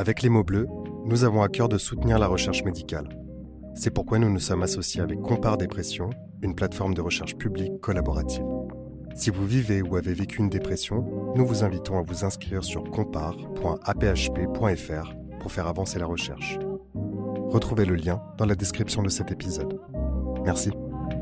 Avec les mots bleus, nous avons à cœur de soutenir la recherche médicale. C'est pourquoi nous nous sommes associés avec Compare Dépression, une plateforme de recherche publique collaborative. Si vous vivez ou avez vécu une dépression, nous vous invitons à vous inscrire sur compare.aphp.fr pour faire avancer la recherche. Retrouvez le lien dans la description de cet épisode. Merci.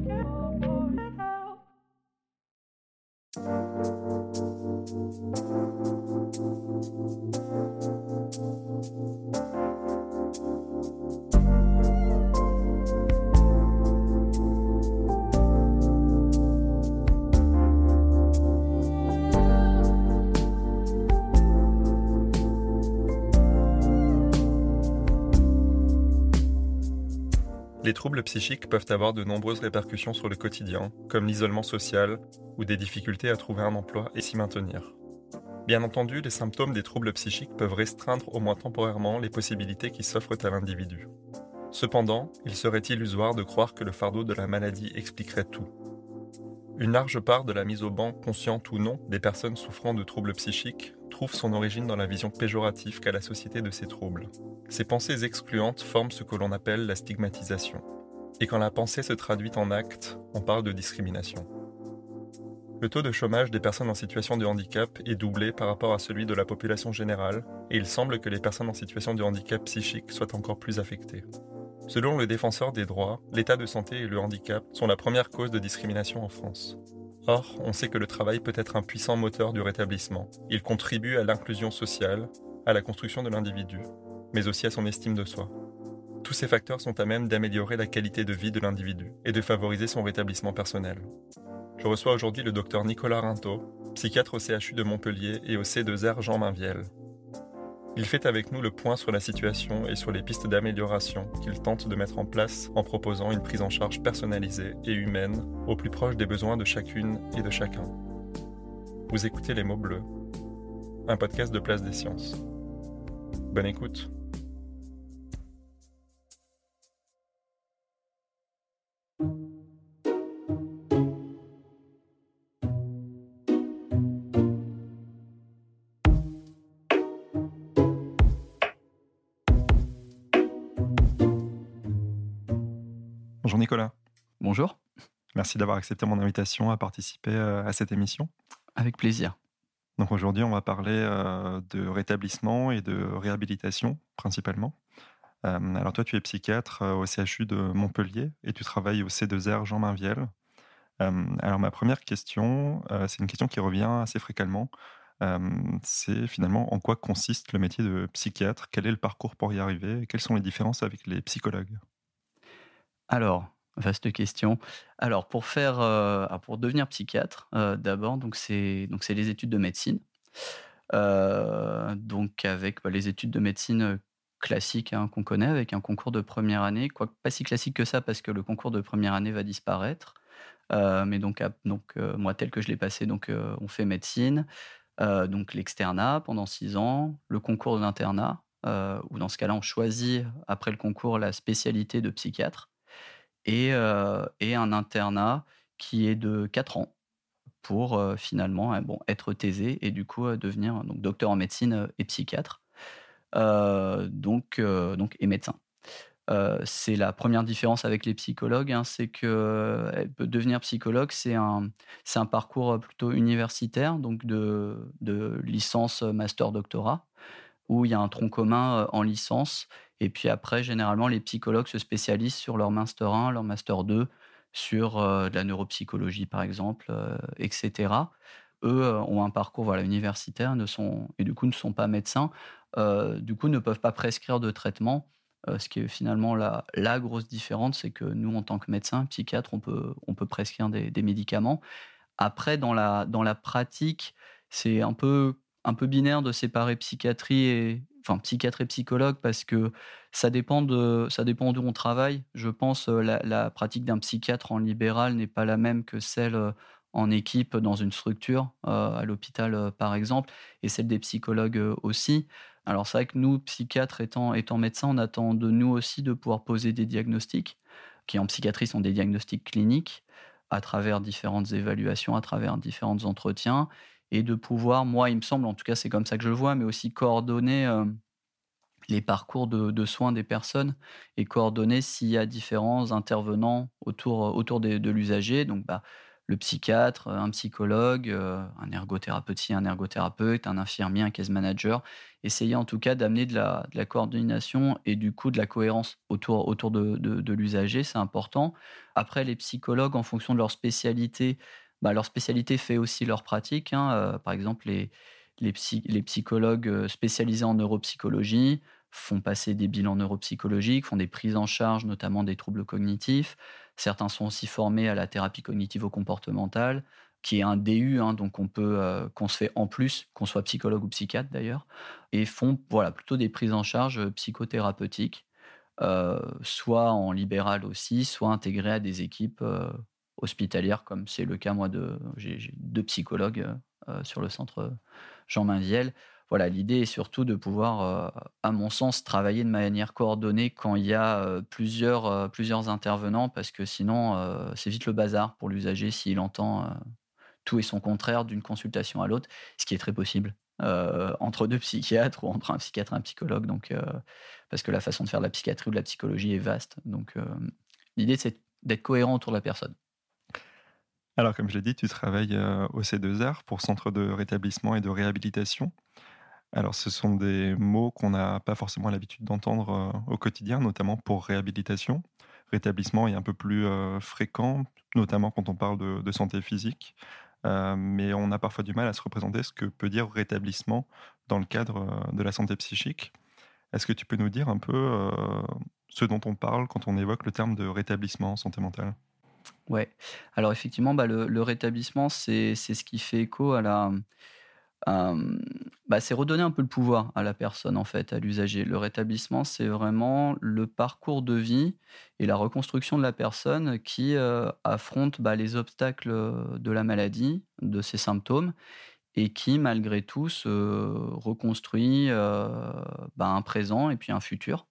Les troubles psychiques peuvent avoir de nombreuses répercussions sur le quotidien, comme l'isolement social ou des difficultés à trouver un emploi et s'y maintenir. Bien entendu, les symptômes des troubles psychiques peuvent restreindre au moins temporairement les possibilités qui s'offrent à l'individu. Cependant, il serait illusoire de croire que le fardeau de la maladie expliquerait tout. Une large part de la mise au ban, consciente ou non, des personnes souffrant de troubles psychiques trouve son origine dans la vision péjorative qu'a la société de ces troubles. Ces pensées excluantes forment ce que l'on appelle la stigmatisation. Et quand la pensée se traduit en actes, on parle de discrimination. Le taux de chômage des personnes en situation de handicap est doublé par rapport à celui de la population générale, et il semble que les personnes en situation de handicap psychique soient encore plus affectées. Selon le défenseur des droits, l'état de santé et le handicap sont la première cause de discrimination en France. Or, on sait que le travail peut être un puissant moteur du rétablissement. Il contribue à l'inclusion sociale, à la construction de l'individu, mais aussi à son estime de soi. Tous ces facteurs sont à même d'améliorer la qualité de vie de l'individu et de favoriser son rétablissement personnel. Je reçois aujourd'hui le Dr Nicolas Rintaud, psychiatre au CHU de Montpellier et au C2R Jean Mainvielle. Il fait avec nous le point sur la situation et sur les pistes d'amélioration qu'il tente de mettre en place en proposant une prise en charge personnalisée et humaine au plus proche des besoins de chacune et de chacun. Vous écoutez Les mots bleus, un podcast de Place des Sciences. Bonne écoute. Bonjour Nicolas. Bonjour. Merci d'avoir accepté mon invitation à participer à cette émission. Avec plaisir. Donc aujourd'hui, on va parler de rétablissement et de réhabilitation principalement. Alors toi, tu es psychiatre au CHU de Montpellier et tu travailles au C2R Jean Mainvielle. Alors ma première question, c'est une question qui revient assez fréquemment. C'est finalement en quoi consiste le métier de psychiatre? Quel est le parcours pour y arriver? Quelles sont les différences avec les psychologues? Alors, vaste question. Alors, pour devenir psychiatre, d'abord, donc c'est les études de médecine. Donc avec les études de médecine classiques qu'on connaît, avec un concours de première année, quoique pas si classique que ça, parce que le concours de première année va disparaître. Mais donc moi, tel que je l'ai passé, on fait médecine, donc l'externat pendant 6 ans, le concours d'internat, où dans ce cas-là, on choisit après le concours la spécialité de psychiatre. Et un internat qui est de 4 ans pour, finalement, être thésé et du coup, devenir donc docteur en médecine, et psychiatre, et médecin. C'est la première différence avec les psychologues, c'est que, devenir psychologue, c'est un parcours, plutôt universitaire, donc de licence, master, doctorat, où il y a un tronc commun, en licence et puis après généralement les psychologues se spécialisent sur leur master 1, leur master 2 sur, de la neuropsychologie par exemple, et cetera. Eux, ont un parcours universitaire, ne sont pas médecins, du coup ne peuvent pas prescrire de traitement, ce qui est finalement la grosse différence, c'est que nous en tant que médecins, psychiatres, on peut prescrire des médicaments. Après dans la pratique, c'est un peu binaire de séparer psychiatre et psychologue parce que ça dépend d'où on travaille. Je pense, la pratique d'un psychiatre en libéral n'est pas la même que celle, en équipe dans une structure, à l'hôpital, par exemple, et celle des psychologues, aussi. Alors c'est vrai que nous, psychiatres étant médecins, on attend de nous aussi de pouvoir poser des diagnostics, qui en psychiatrie sont des diagnostics cliniques, à travers différentes évaluations, à travers différents entretiens et de pouvoir, moi, il me semble, en tout cas, c'est comme ça que je le vois, mais aussi coordonner, les parcours de soins des personnes et coordonner s'il y a différents intervenants autour de l'usager. Donc, le psychiatre, un psychologue, un ergothérapeute ci, un ergothérapeute, un infirmier, un case manager. Essayer en tout cas d'amener de la coordination et du coup de la cohérence autour de l'usager, c'est important. Après, les psychologues, en fonction de leur spécialité fait aussi leur pratique, hein. Par exemple, les psychologues spécialisés en neuropsychologie font passer des bilans neuropsychologiques, font des prises en charge, notamment des troubles cognitifs. Certains sont aussi formés à la thérapie cognitivo-comportementale, qui est un DU, hein, donc qu'on se fait en plus, qu'on soit psychologue ou psychiatre d'ailleurs, et font voilà, plutôt des prises en charge psychothérapeutiques, soit en libéral aussi, soit intégrées à des équipes hospitalières, comme c'est le cas, moi, j'ai 2 psychologues sur le centre Jean Mainvielle. Voilà, l'idée est surtout de pouvoir, à mon sens, travailler de manière coordonnée quand il y a, plusieurs intervenants parce que sinon, c'est vite le bazar pour l'usager s'il entend, tout et son contraire d'une consultation à l'autre, ce qui est très possible, entre 2 psychiatres ou entre un psychiatre et un psychologue donc parce que la façon de faire de la psychiatrie ou de la psychologie est vaste donc l'idée c'est d'être cohérent autour de la personne. Alors, comme je l'ai dit, tu travailles au C2R pour Centre de rétablissement et de réhabilitation. Alors, ce sont des mots qu'on n'a pas forcément l'habitude d'entendre au quotidien, notamment pour réhabilitation. Rétablissement est un peu plus fréquent, notamment quand on parle de santé physique. Mais on a parfois du mal à se représenter ce que peut dire rétablissement dans le cadre de la santé psychique. Est-ce que tu peux nous dire un peu ce dont on parle quand on évoque le terme de rétablissement en santé mentale? Ouais, alors effectivement, le rétablissement, c'est ce qui fait écho Hem, c'est redonner un peu le pouvoir à la personne, en fait, à l'usager. Le rétablissement, c'est vraiment le parcours de vie et la reconstruction de la personne qui, affronte, les obstacles, de la maladie, de ses symptômes et qui, malgré tout, se reconstruit, un présent et puis un futur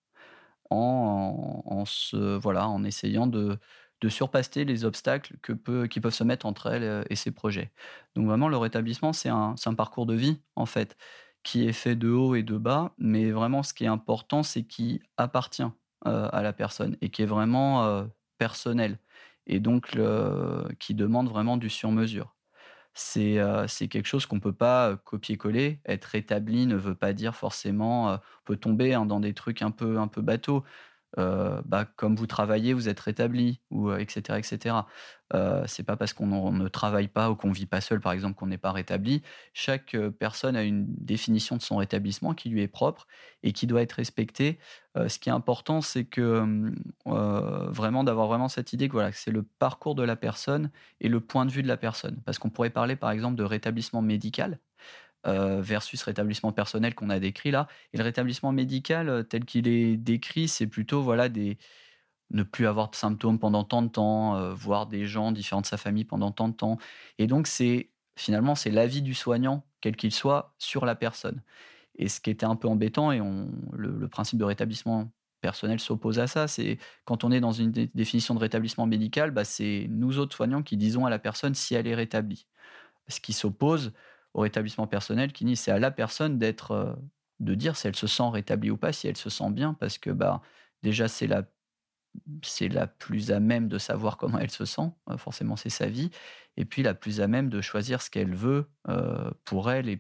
en essayant de surpasser les obstacles qui peuvent se mettre entre elle, et ses projets. Donc vraiment le rétablissement, c'est un parcours de vie, en fait, qui est fait de haut et de bas, mais vraiment ce qui est important, c'est qui appartient, à la personne et qui est vraiment, personnel et donc qui demande vraiment du sur mesure. C'est quelque chose qu'on peut pas, copier-coller. Être rétabli ne veut pas dire forcément, on peut tomber, hein, dans des trucs un peu bateaux. Comme vous travaillez, vous êtes rétabli ou, et cetera, et cetera. C'est pas parce qu'on ne travaille pas ou qu'on vit pas seul, par exemple, qu'on n'est pas rétabli. Chaque, personne a une définition de son rétablissement qui lui est propre et qui doit être respectée. Ce qui est important, c'est que, vraiment d'avoir vraiment cette idée que, voilà, que c'est le parcours de la personne et le point de vue de la personne. Parce qu'on pourrait parler, par exemple, de rétablissement médical, versus rétablissement personnel qu'on a décrit là. Et le rétablissement médical, tel qu'il est décrit, c'est plutôt voilà ne plus avoir de symptômes pendant tant de temps, voir des gens différents de sa famille pendant tant de temps. Et donc finalement c'est l'avis du soignant, quel qu'il soit, sur la personne. Et ce qui était un peu embêtant et le principe de rétablissement personnel s'oppose à ça, c'est quand on est dans une définition de rétablissement médical, c'est nous autres soignants qui disons à la personne si elle est rétablie. Ce qui s'oppose au rétablissement personnel qui dit: c'est à la personne de dire si elle se sent rétablie ou pas, si elle se sent bien parce que, déjà c'est la plus à même de savoir comment elle se sent, forcément c'est sa vie et puis la plus à même de choisir ce qu'elle veut, pour elle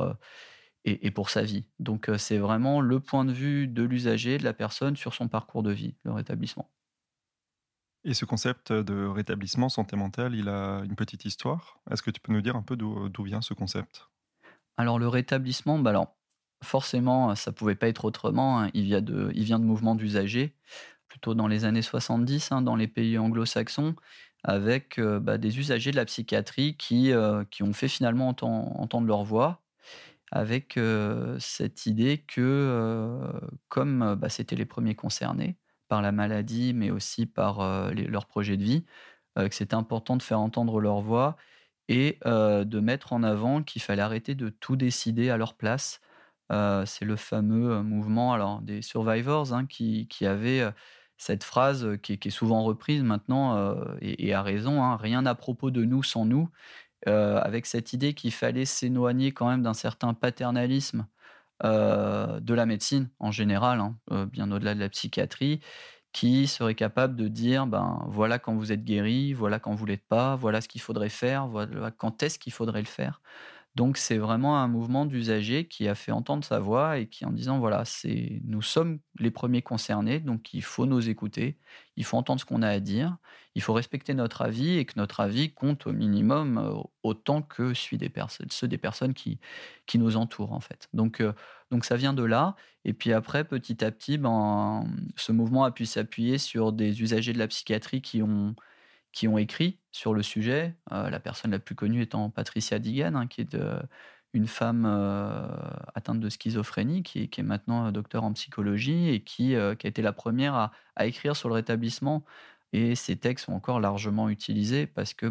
et pour sa vie. Donc, c'est vraiment le point de vue de l'usager, de la personne sur son parcours de vie, le rétablissement. Et ce concept de rétablissement santé mentale, il a une petite histoire. Est-ce que tu peux nous dire un peu d'où vient ce concept? Alors le rétablissement, alors forcément, ça pouvait pas être autrement, hein. Il vient de mouvements d'usagers, plutôt dans les années 70, hein, dans les pays anglo-saxons, avec, des usagers de la psychiatrie qui ont fait finalement entendre leur voix, avec, cette idée que, comme, c'était les premiers concernés par la maladie, mais aussi par, leurs projets de vie, que c'était important de faire entendre leur voix et de mettre en avant qu'il fallait arrêter de tout décider à leur place. C'est le fameux, mouvement alors des survivors, hein, qui avait, cette phrase, qui est souvent reprise maintenant, et à raison, hein: «Rien à propos de nous sans nous», avec cette idée qu'il fallait s'éloigner quand même d'un certain paternalisme, de la médecine en général, hein, bien au-delà de la psychiatrie, qui serait capable de dire: «Ben, voilà quand vous êtes guéri, voilà quand vous l'êtes pas, voilà ce qu'il faudrait faire, voilà quand est-ce qu'il faudrait le faire». Donc c'est vraiment un mouvement d'usagers qui a fait entendre sa voix et qui en disant: «Voilà, c'est nous sommes les premiers concernés, donc il faut nous écouter, il faut entendre ce qu'on a à dire, il faut respecter notre avis et que notre avis compte au minimum, autant que celui des personnes ceux des personnes qui nous entourent, en fait». Donc ça vient de là et puis après petit à petit, ben, ce mouvement a pu s'appuyer sur des usagers de la psychiatrie qui ont écrit sur le sujet, la personne la plus connue étant Patricia Digan, hein, qui est une femme, atteinte de schizophrénie qui est maintenant, docteure en psychologie et qui a été la première à écrire sur le rétablissement et ses textes sont encore largement utilisés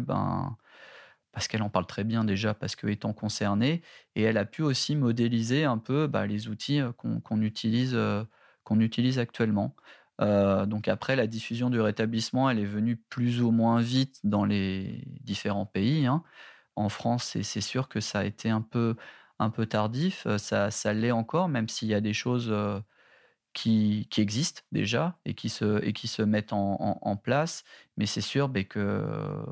parce qu'elle en parle très bien déjà, parce qu'étant concernée et elle a pu aussi modéliser un peu, bah, les outils, qu'on utilise actuellement. Donc après la diffusion du rétablissement, elle est venue plus ou moins vite dans les différents pays, hein. En France, c'est sûr que ça a été un peu tardif, ça l'est encore, même s'il y a des choses, qui existent déjà et qui se mettent en place. Mais c'est sûr, beh, que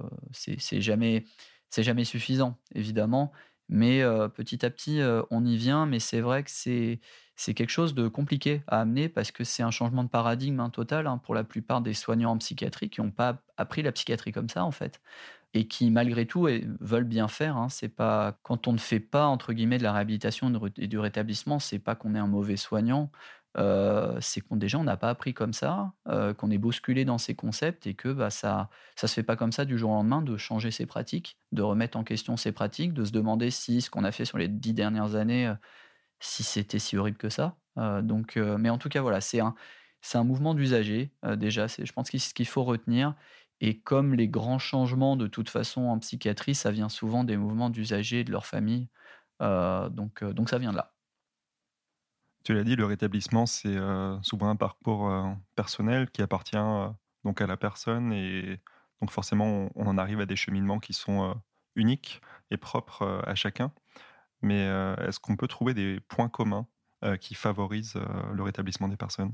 c'est jamais suffisant, évidemment. Mais petit à petit, on y vient. Mais c'est vrai que c'est quelque chose de compliqué à amener parce que c'est un changement de paradigme, hein, total, hein, pour la plupart des soignants en psychiatrie qui n'ont pas appris la psychiatrie comme ça, en fait et qui malgré tout veulent bien faire, hein. C'est pas quand on ne fait pas entre guillemets «de la réhabilitation et du rétablissement», c'est pas qu'on est un mauvais soignant, c'est qu'on déjà on n'a pas appris comme ça, qu'on est bousculé dans ces concepts et que, bah, ça se fait pas comme ça du jour au lendemain de changer ses pratiques, de remettre en question ses pratiques, de se demander si ce qu'on a fait sur les 10 dernières années, si c'était si horrible que ça. Mais en tout cas voilà, c'est un mouvement d'usagers, déjà, je pense que ce qu'il faut retenir et comme les grands changements de toute façon en psychiatrie, ça vient souvent des mouvements d'usagers et de leur famille, donc ça vient de là. Tu l'as dit, le rétablissement, c'est souvent un parcours personnel qui appartient donc à la personne et donc forcément, on en arrive à des cheminements qui sont uniques et propres à chacun. Mais est-ce qu'on peut trouver des points communs qui favorisent le rétablissement des personnes?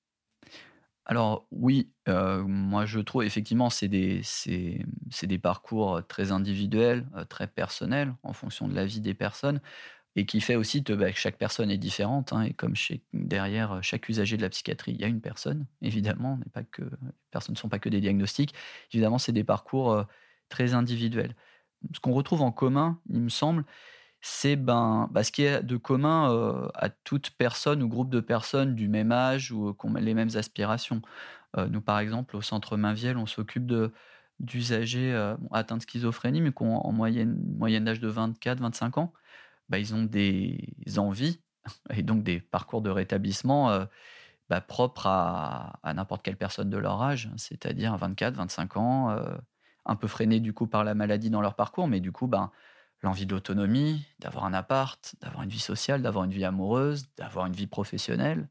Alors oui, moi je trouve effectivement c'est des parcours, très individuels, très personnels en fonction de la vie des personnes et qui fait aussi que chaque personne est différente, hein et comme derrière, chaque usager de la psychiatrie, il y a une personne évidemment, on n'est pas que les personnes ne sont pas que des diagnostics. Évidemment, c'est des parcours, très individuels. Ce qu'on retrouve en commun, il me semble, c'est, ce qui est de commun, à toute personne ou groupe de personnes du même âge ou qui ont les mêmes aspirations. Nous, par exemple, au centre Mainvielle, on s'occupe d'usagers, atteints de schizophrénie, mais qui ont en moyenne d'âge de 24-25 ans. Bah, ils ont des envies et donc des parcours de rétablissement, propres à n'importe quelle personne de leur âge, c'est-à-dire 24-25 ans, un peu freinés du coup par la maladie dans leur parcours, mais du coup, l'envie de l'autonomie, d'avoir un appart, d'avoir une vie sociale, d'avoir une vie amoureuse, d'avoir une vie professionnelle,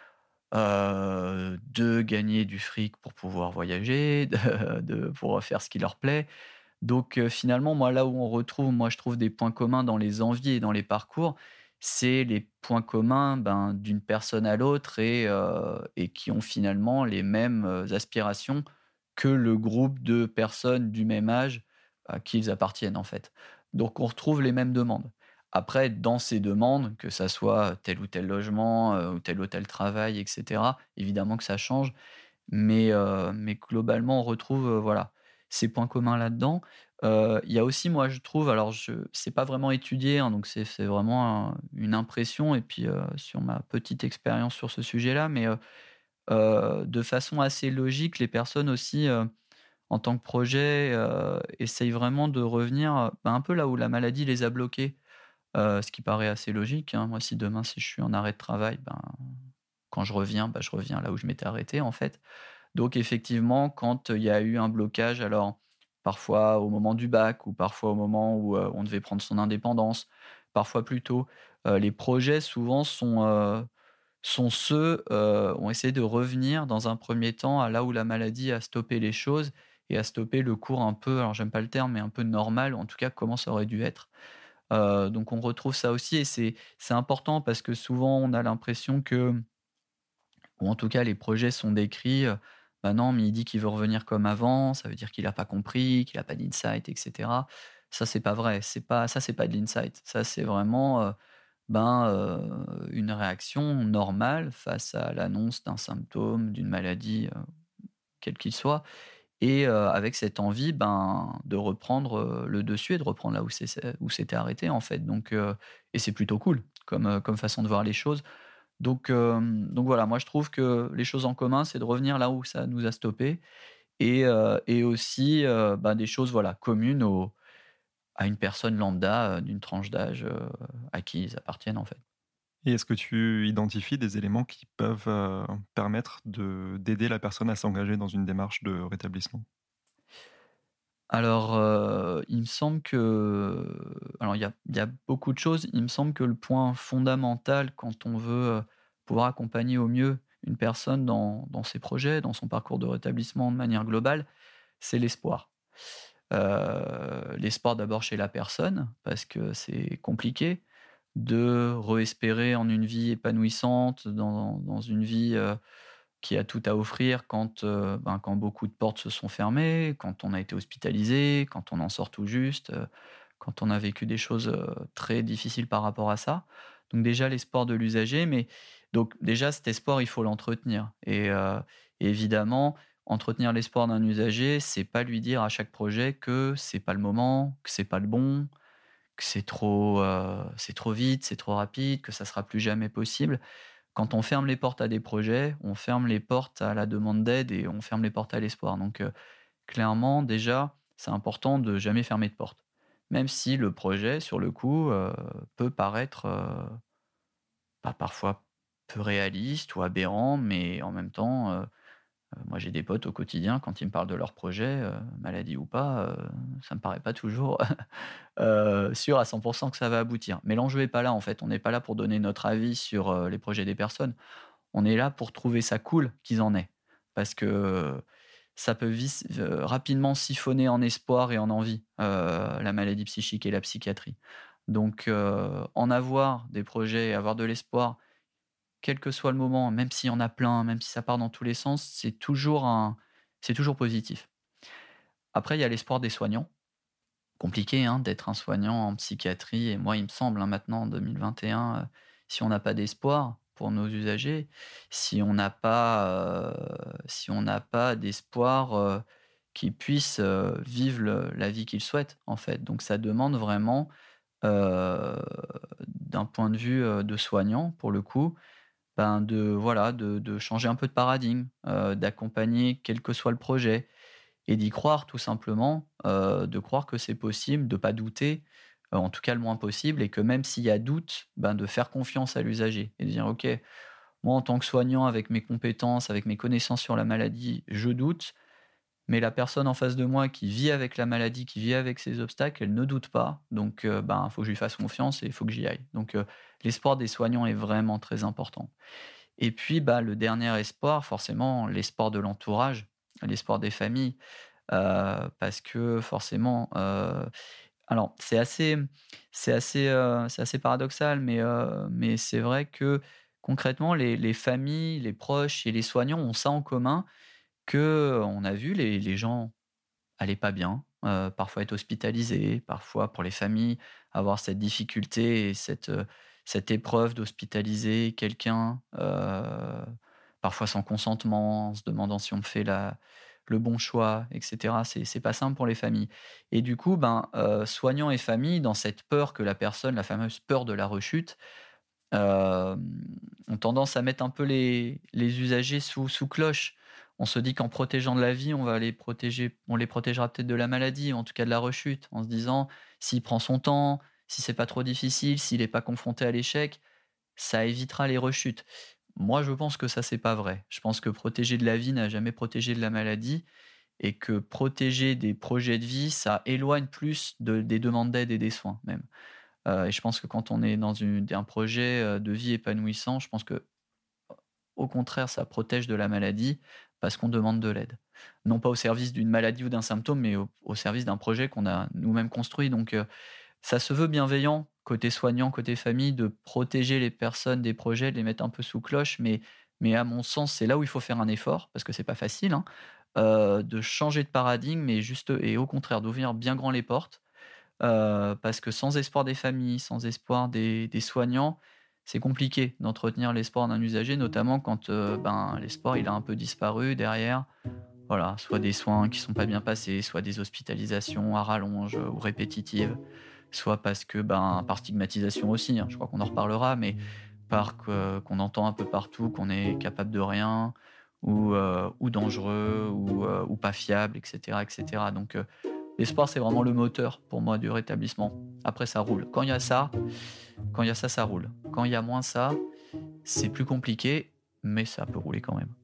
de gagner du fric pour pouvoir voyager, pour faire ce qui leur plaît. Donc finalement, moi, là où je trouve des points communs dans les envies et dans les parcours, c'est les points communs, d'une personne à l'autre et qui ont finalement les mêmes, aspirations que le groupe de personnes du même âge à qui ils appartiennent, en fait. Donc on retrouve les mêmes demandes. Après, dans ces demandes, que ça soit tel ou tel logement, ou tel travail et cetera, évidemment que ça change, mais globalement, on retrouve, voilà, ces points communs là-dedans. Il y a aussi, moi, je trouve, alors c'est pas vraiment étudié, hein, donc c'est vraiment une impression et puis, sur ma petite expérience sur ce sujet-là, mais de façon assez logique, les personnes aussi, en tant que projet, essayent vraiment de revenir, un peu là où la maladie les a bloqués, ce qui paraît assez logique, hein. Moi, si demain, si je suis en arrêt de travail, quand je reviens là où je m'étais arrêté, en fait. Donc effectivement, quand il y a eu un blocage, alors parfois au moment du bac ou parfois au moment où, on devait prendre son indépendance, parfois plus tôt, les projets souvent sont ceux, ont essayé de revenir dans un premier temps à là où la maladie a stoppé les choses et a stoppé le cours un peu, alors j'aime pas le terme, mais un peu normal, ou en tout cas comment ça aurait dû être. Donc on retrouve ça aussi et c'est important parce que souvent on a l'impression que ou en tout cas les projets sont décrits, «Bah non, mais il dit qu'il veut revenir comme avant, ça veut dire qu'il a pas compris, qu'il a pas d'insight et cetera». Ça, c'est pas vrai, c'est pas de l'insight. Ça, c'est vraiment, une réaction normale face à l'annonce d'un symptôme, d'une maladie, quel qu'il soit et avec cette envie, de reprendre, le dessus et de reprendre là où c'était arrêté, en fait. Et c'est plutôt cool comme façon de voir les choses. Donc voilà, moi je trouve que les choses en commun, c'est de revenir là où ça nous a stoppés et aussi, des choses, voilà, communes à une personne lambda, d'une tranche d'âge, à qui ils appartiennent, en fait. Et est-ce que tu identifies des éléments qui peuvent, permettre d'aider la personne à s'engager dans une démarche de rétablissement? Alors, il me semble que alors il y a beaucoup de choses. Il me semble que le point fondamental quand on veut, pouvoir accompagner au mieux une personne dans ses projets, dans son parcours de rétablissement de manière globale, c'est l'espoir. L'espoir d'abord chez la personne, parce que c'est compliqué de re-espérer en une vie épanouissante, dans une vie, qui a tout à offrir quand beaucoup de portes se sont fermées, quand on a été hospitalisé, quand on en sort tout juste, quand on a vécu des choses, très difficiles par rapport à ça. Donc déjà l'espoir de l'usager, mais donc déjà cet espoir, il faut l'entretenir et évidemment, entretenir l'espoir d'un usager, c'est pas lui dire à chaque projet que c'est pas le moment, que c'est pas le bon, que c'est trop vite, c'est trop rapide, que ça sera plus jamais possible. Quand on ferme les portes à des projets, on ferme les portes à la demande d'aide et on ferme les portes à l'espoir. Clairement, déjà, c'est important de jamais fermer de porte. Même si le projet, sur le coup, peut paraître, parfois peu réaliste ou aberrant, mais en même temps, moi j'ai des potes au quotidien, quand ils me parlent de leur projet, maladie ou pas, ça me paraît pas toujours, sûr à 100 que ça va aboutir. Mais l'enjeu est pas là, en fait. On n'est pas là pour donner notre avis sur, les projets des personnes. On est là pour trouver ça cool qu'ils en aient. Parce que ça peut rapidement siphonner en espoir et en envie, la maladie psychique et la psychiatrie. En avoir des projets et avoir de l'espoir, quel que soit le moment, même s'il y en a plein, même si ça part dans tous les sens, c'est toujours positif. Après, il y a l'espoir des soignants. Compliqué, hein, d'être un soignant en psychiatrie et moi, il me semble, hein, maintenant en 2021, si on n'a pas d'espoir pour nos usagers, si on n'a pas d'espoir, qu'ils puissent, vivre la vie qu'ils souhaitent, en fait. Donc ça demande vraiment, heu, d'un point de vue, de soignant, pour le coup, de changer un peu de paradigme, d'accompagner quel que soit le projet et d'y croire tout simplement, de croire que c'est possible, de pas douter, en tout cas le moins possible et que même s'il y a doute, de faire confiance à l'usager et de dire: «OK, moi en tant que soignant avec mes compétences, avec mes connaissances sur la maladie, je doute, mais la personne en face de moi qui vit avec la maladie, qui vit avec ses obstacles, elle ne doute pas, il faut que je lui fasse confiance et il faut que j'y aille». L'espoir des soignants est vraiment très important. Et puis, le dernier espoir, forcément, l'espoir de l'entourage, l'espoir des familles, parce que forcément, alors c'est assez paradoxal, mais c'est vrai que concrètement les familles, les proches et les soignants ont ça en commun qu'on a vu les gens aller pas bien, parfois être hospitalisés, parfois pour les familles avoir cette difficulté et cette épreuve d'hospitaliser quelqu'un, parfois sans consentement, en se demandant si on fait le bon choix et cetera. C'est pas simple pour les familles et du coup, soignants et familles dans cette peur que la fameuse peur de la rechute, ont tendance à mettre un peu les usagers sous cloche. On se dit qu'en protégeant de la vie, on les protégera peut-être de la maladie, ou en tout cas de la rechute, en se disant: «S'il prend son temps, si c'est pas trop difficile, s'il n'est pas confronté à l'échec, ça évitera les rechutes». Moi, je pense que ça, c'est pas vrai. Je pense que protéger de la vie n'a jamais protégé de la maladie et que protéger des projets de vie, ça éloigne plus des demandes d'aide et des soins même. Et je pense que quand on est dans un projet, de vie épanouissant, je pense que au contraire, ça protège de la maladie parce qu'on demande de l'aide. Non pas au service d'une maladie ou d'un symptôme, mais au service d'un projet qu'on a nous-mêmes construit. Ça se veut bienveillant, côté soignant, côté famille, de protéger les personnes des projets, de les mettre un peu sous cloche, mais à mon sens, c'est là où il faut faire un effort, parce que c'est pas facile, hein, de changer de paradigme et au contraire d'ouvrir bien grand les portes, parce que sans espoir des familles, sans espoir des soignants, c'est compliqué d'entretenir l'espoir d'un usager, notamment quand, l'espoir il a un peu disparu derrière. Voilà, soit des soins qui sont pas bien passés, soit des hospitalisations à rallonge, ou répétitives, soit parce que, par stigmatisation aussi, hein, je crois qu'on en reparlera, mais qu'on entend un peu partout qu'on est capable de rien ou dangereux ou pas fiable et cetera et cetera. Donc l'espoir, c'est vraiment le moteur pour moi du rétablissement. Après ça roule. Quand il y a ça, ça roule. Quand il y a moins ça, c'est plus compliqué, mais ça peut rouler quand même.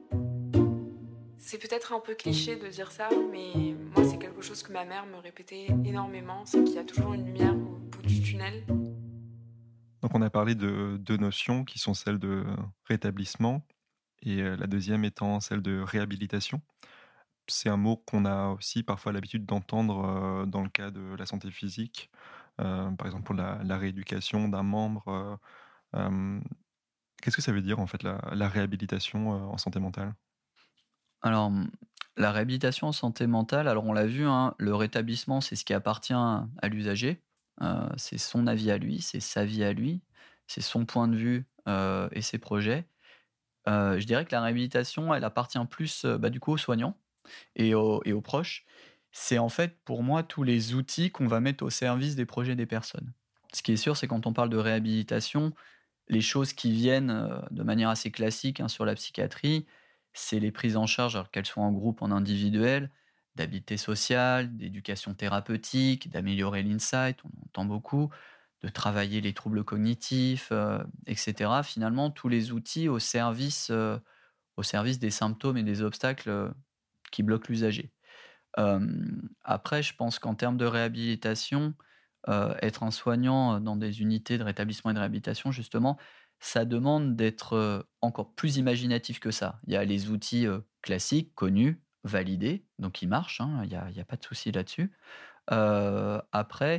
C'est peut-être un peu cliché de dire ça, mais moi c'est quelque chose que ma mère me répétait énormément, c'est qu'il y a toujours une lumière au bout du tunnel. Donc on a parlé de deux notions qui sont celles de rétablissement et la deuxième étant celle de réhabilitation. C'est un mot qu'on a aussi parfois l'habitude d'entendre dans le cas de la santé physique, par exemple pour la rééducation d'un membre. Euh, Qu'est-ce que ça veut dire en fait la réhabilitation en santé mentale? Alors, la réhabilitation en santé mentale, alors on l'a vu, hein, le rétablissement, c'est ce qui appartient à l'usager. C'est son avis à lui, c'est sa vie à lui, c'est son point de vue, et ses projets. Je dirais que la réhabilitation, elle appartient plus, du coup aux soignants et aux proches. C'est en fait, pour moi, tous les outils qu'on va mettre au service des projets des personnes. Ce qui est sûr, c'est quand on parle de réhabilitation, les choses qui viennent, de manière assez classique, hein, sur la psychiatrie, c'est les prises en charge, alors qu'elles soient en groupe, en individuel, d'habileté sociale, d'éducation thérapeutique, d'améliorer l'insight, on en entend beaucoup, de travailler les troubles cognitifs, et cetera. Finalement, tous les outils au service des symptômes et des obstacles, qui bloquent l'usager. Après, je pense qu'en termes de réhabilitation, être un soignant, dans des unités de rétablissement et de réhabilitation, justement, ça demande d'être, encore plus imaginatif que ça. Il y a les outils, classiques, connus, validés, donc qui marchent, hein, il y a pas de souci là-dessus. Après,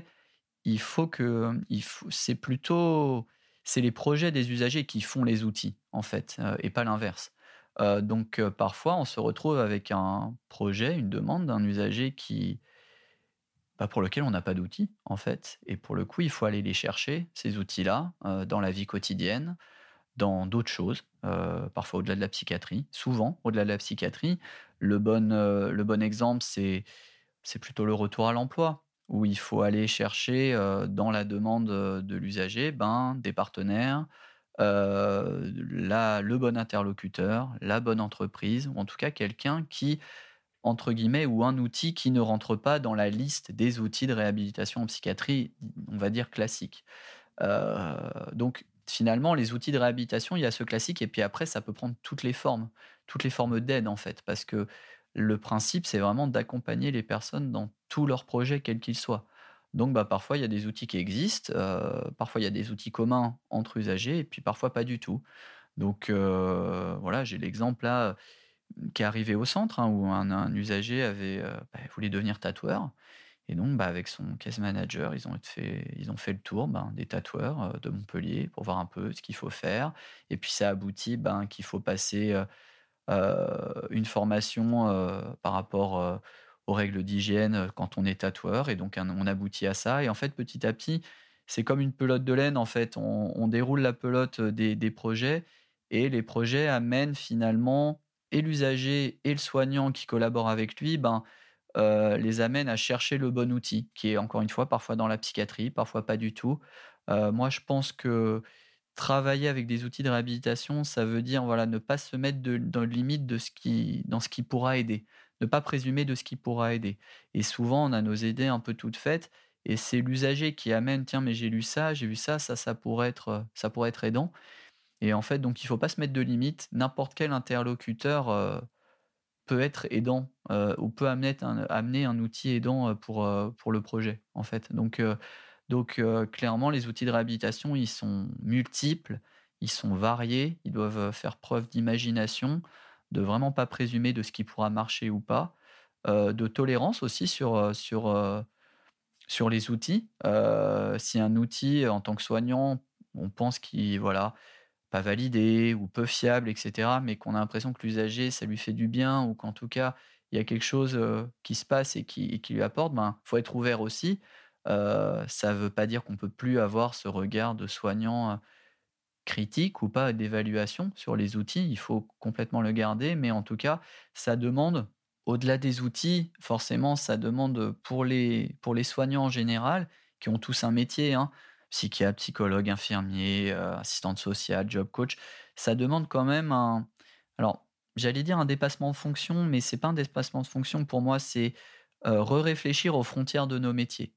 c'est les projets des usagers qui font les outils, en fait, et pas l'inverse. Donc parfois, on se retrouve avec un projet, une demande d'un usager pour lequel on n'a pas d'outils, en fait, et pour le coup, il faut aller les chercher, ces outils-là, dans la vie quotidienne, dans d'autres choses, parfois au-delà de la psychiatrie, souvent au-delà de la psychiatrie. Le bon exemple, c'est plutôt le retour à l'emploi, où il faut aller chercher, dans la demande, de l'usager, des partenaires, le bon interlocuteur, la bonne entreprise, ou en tout cas quelqu'un qui, entre guillemets, ou un outil qui ne rentre pas dans la liste des outils de réhabilitation en psychiatrie, on va dire classique. Donc finalement, les outils de réhabilitation, il y a ce classique et puis après ça peut prendre toutes les formes d'aide en fait, parce que le principe, c'est vraiment d'accompagner les personnes dans tous leurs projets, quels qu'ils soient. Donc parfois il y a des outils qui existent, parfois il y a des outils communs entre usagers et puis parfois pas du tout. Donc voilà, j'ai l'exemple là, qui est arrivé au centre, hein, où un usager voulait devenir tatoueur et donc avec son case manager, ils ont fait le tour, des tatoueurs, de Montpellier pour voir un peu ce qu'il faut faire et puis ça aboutit, qu'il faut passer, une formation, par rapport, aux règles d'hygiène, quand on est tatoueur et donc on aboutit à ça et en fait, petit à petit, c'est comme une pelote de laine, en fait. On déroule la pelote, des projets et les projets amènent finalement et l'usager et le soignant qui collabore avec lui, les amènent à chercher le bon outil qui est encore une fois parfois dans la psychiatrie, parfois pas du tout. Moi je pense que travailler avec des outils de réhabilitation, ça veut dire, voilà, ne pas se mettre dans de limite dans ce qui pourra aider. Ne pas présumer de ce qui pourra aider. Et souvent, on a nos idées un peu toutes faites et c'est l'usager qui amène: «Tiens, mais j'ai lu ça, j'ai vu ça, ça pourrait être aidant» et en fait, donc il faut pas se mettre de limite. N'importe quel interlocuteur, peut être aidant, ou peut amener un outil aidant, pour le projet, en fait. Donc clairement, les outils de réhabilitation, ils sont multiples, ils sont variés, ils doivent, faire preuve d'imagination, de vraiment pas présumer de ce qui pourra marcher ou pas, de tolérance aussi Sur les outils, si un outil, en tant que soignant, on pense qu'il voilà, pas validé ou peu fiable et cetera, mais qu'on a l'impression que l'usager, ça lui fait du bien ou qu'en tout cas, il y a quelque chose, qui se passe et qui lui apporte, ben, faut être ouvert aussi. Ça ne veut pas dire qu'on peut plus avoir ce regard de soignant, critique ou pas d'évaluation sur les outils. Il faut complètement le garder, mais en tout cas, ça demande, au-delà des outils, forcément, ça demande pour les soignants en général, qui ont tous un métier, hein, psychiatre, psychologue, infirmier, assistante sociale, job coach, ça demande quand même alors, j'allais dire un dépassement de fonction, mais c'est pas un dépassement de fonction pour moi, c'est réfléchir aux frontières de nos métiers.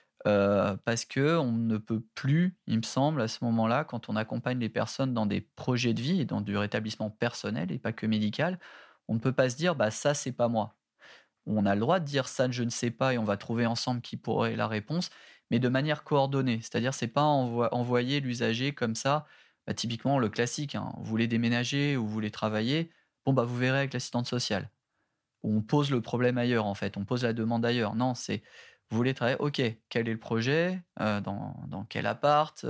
Parce que on ne peut plus, il me semble, à ce moment-là, quand on accompagne les personnes dans des projets de vie et dans du rétablissement personnel et pas que médical, on ne peut pas se dire: «Bah, ça, c'est pas moi». On a le droit de dire: «Ça, je ne sais pas» et on va trouver ensemble qui pourrait la réponse, mais de manière coordonnée. C'est-à-dire, c'est pas envoyer l'usager comme ça, bah, typiquement le classique, hein: «Vous voulez déménager ou vous voulez travailler? Bon, bah, vous verrez avec l'assistante sociale». On pose le problème ailleurs, en fait, on pose la demande ailleurs. Non, c'est: «Vous voulez travailler? OK, quel est le projet? Dans quel appart?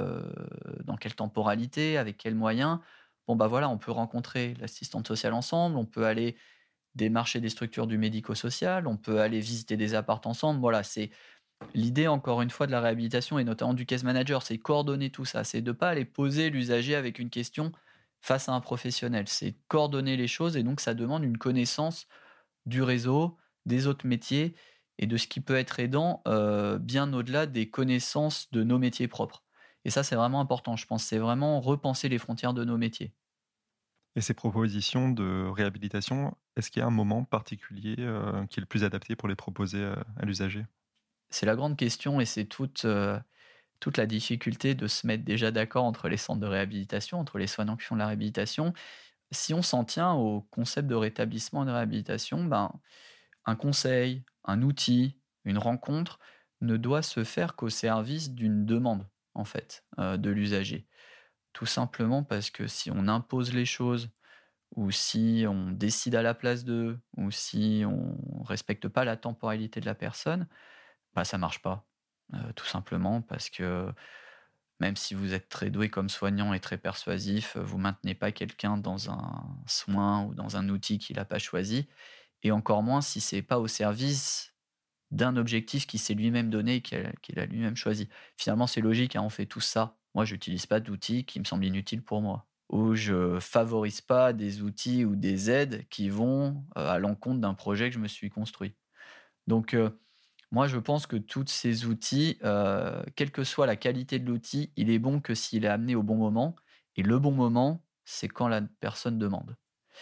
Dans quelle temporalité? Avec quels moyens?» Bon, bah, voilà, on peut rencontrer l'assistante sociale ensemble, on peut aller démarcher des structures du médico-social, on peut aller visiter des apparts ensemble. Voilà, c'est l'idée, encore une fois, de la réhabilitation et notamment du case manager, c'est coordonner tout ça. C'est de pas aller poser l'usager avec une question face à un professionnel. C'est coordonner les choses et donc ça demande une connaissance du réseau, des autres métiers et de ce qui peut être aidant, bien au-delà des connaissances de nos métiers propres. Et ça, c'est vraiment important, je pense. C'est vraiment repenser les frontières de nos métiers. Et ces propositions de réhabilitation, est-ce qu'il y a un moment particulier, qui est le plus adapté pour les proposer, à l'usager? C'est la grande question et c'est toute la difficulté de se mettre déjà d'accord entre les centres de réhabilitation, entre les soignants qui font de la réhabilitation. Si on s'en tient au concept de rétablissement et de réhabilitation, ben, un conseil, un outil, une rencontre ne doit se faire qu'au service d'une demande, en fait, de l'usager. Tout simplement parce que si on impose les choses, ou si on décide à la place d'eux, ou si on respecte pas la temporalité de la personne, bah, ça marche pas. Tout simplement parce que même si vous êtes très doué comme soignant et très persuasif, vous maintenez pas quelqu'un dans un soin ou dans un outil qu'il a pas choisi et encore moins si c'est pas au service d'un objectif qu'il s'est lui-même donné et qu'il a lui-même choisi. Finalement, c'est logique, hein, on fait tous ça. Moi, j'utilise pas d'outils qui me semblent inutiles pour moi, ou je favorise pas des outils ou des aides qui vont, à l'encontre d'un projet que je me suis construit. Donc, moi, je pense que tous ces outils, quelle que soit la qualité de l'outil, il est bon que s'il est amené au bon moment et le bon moment, c'est quand la personne demande.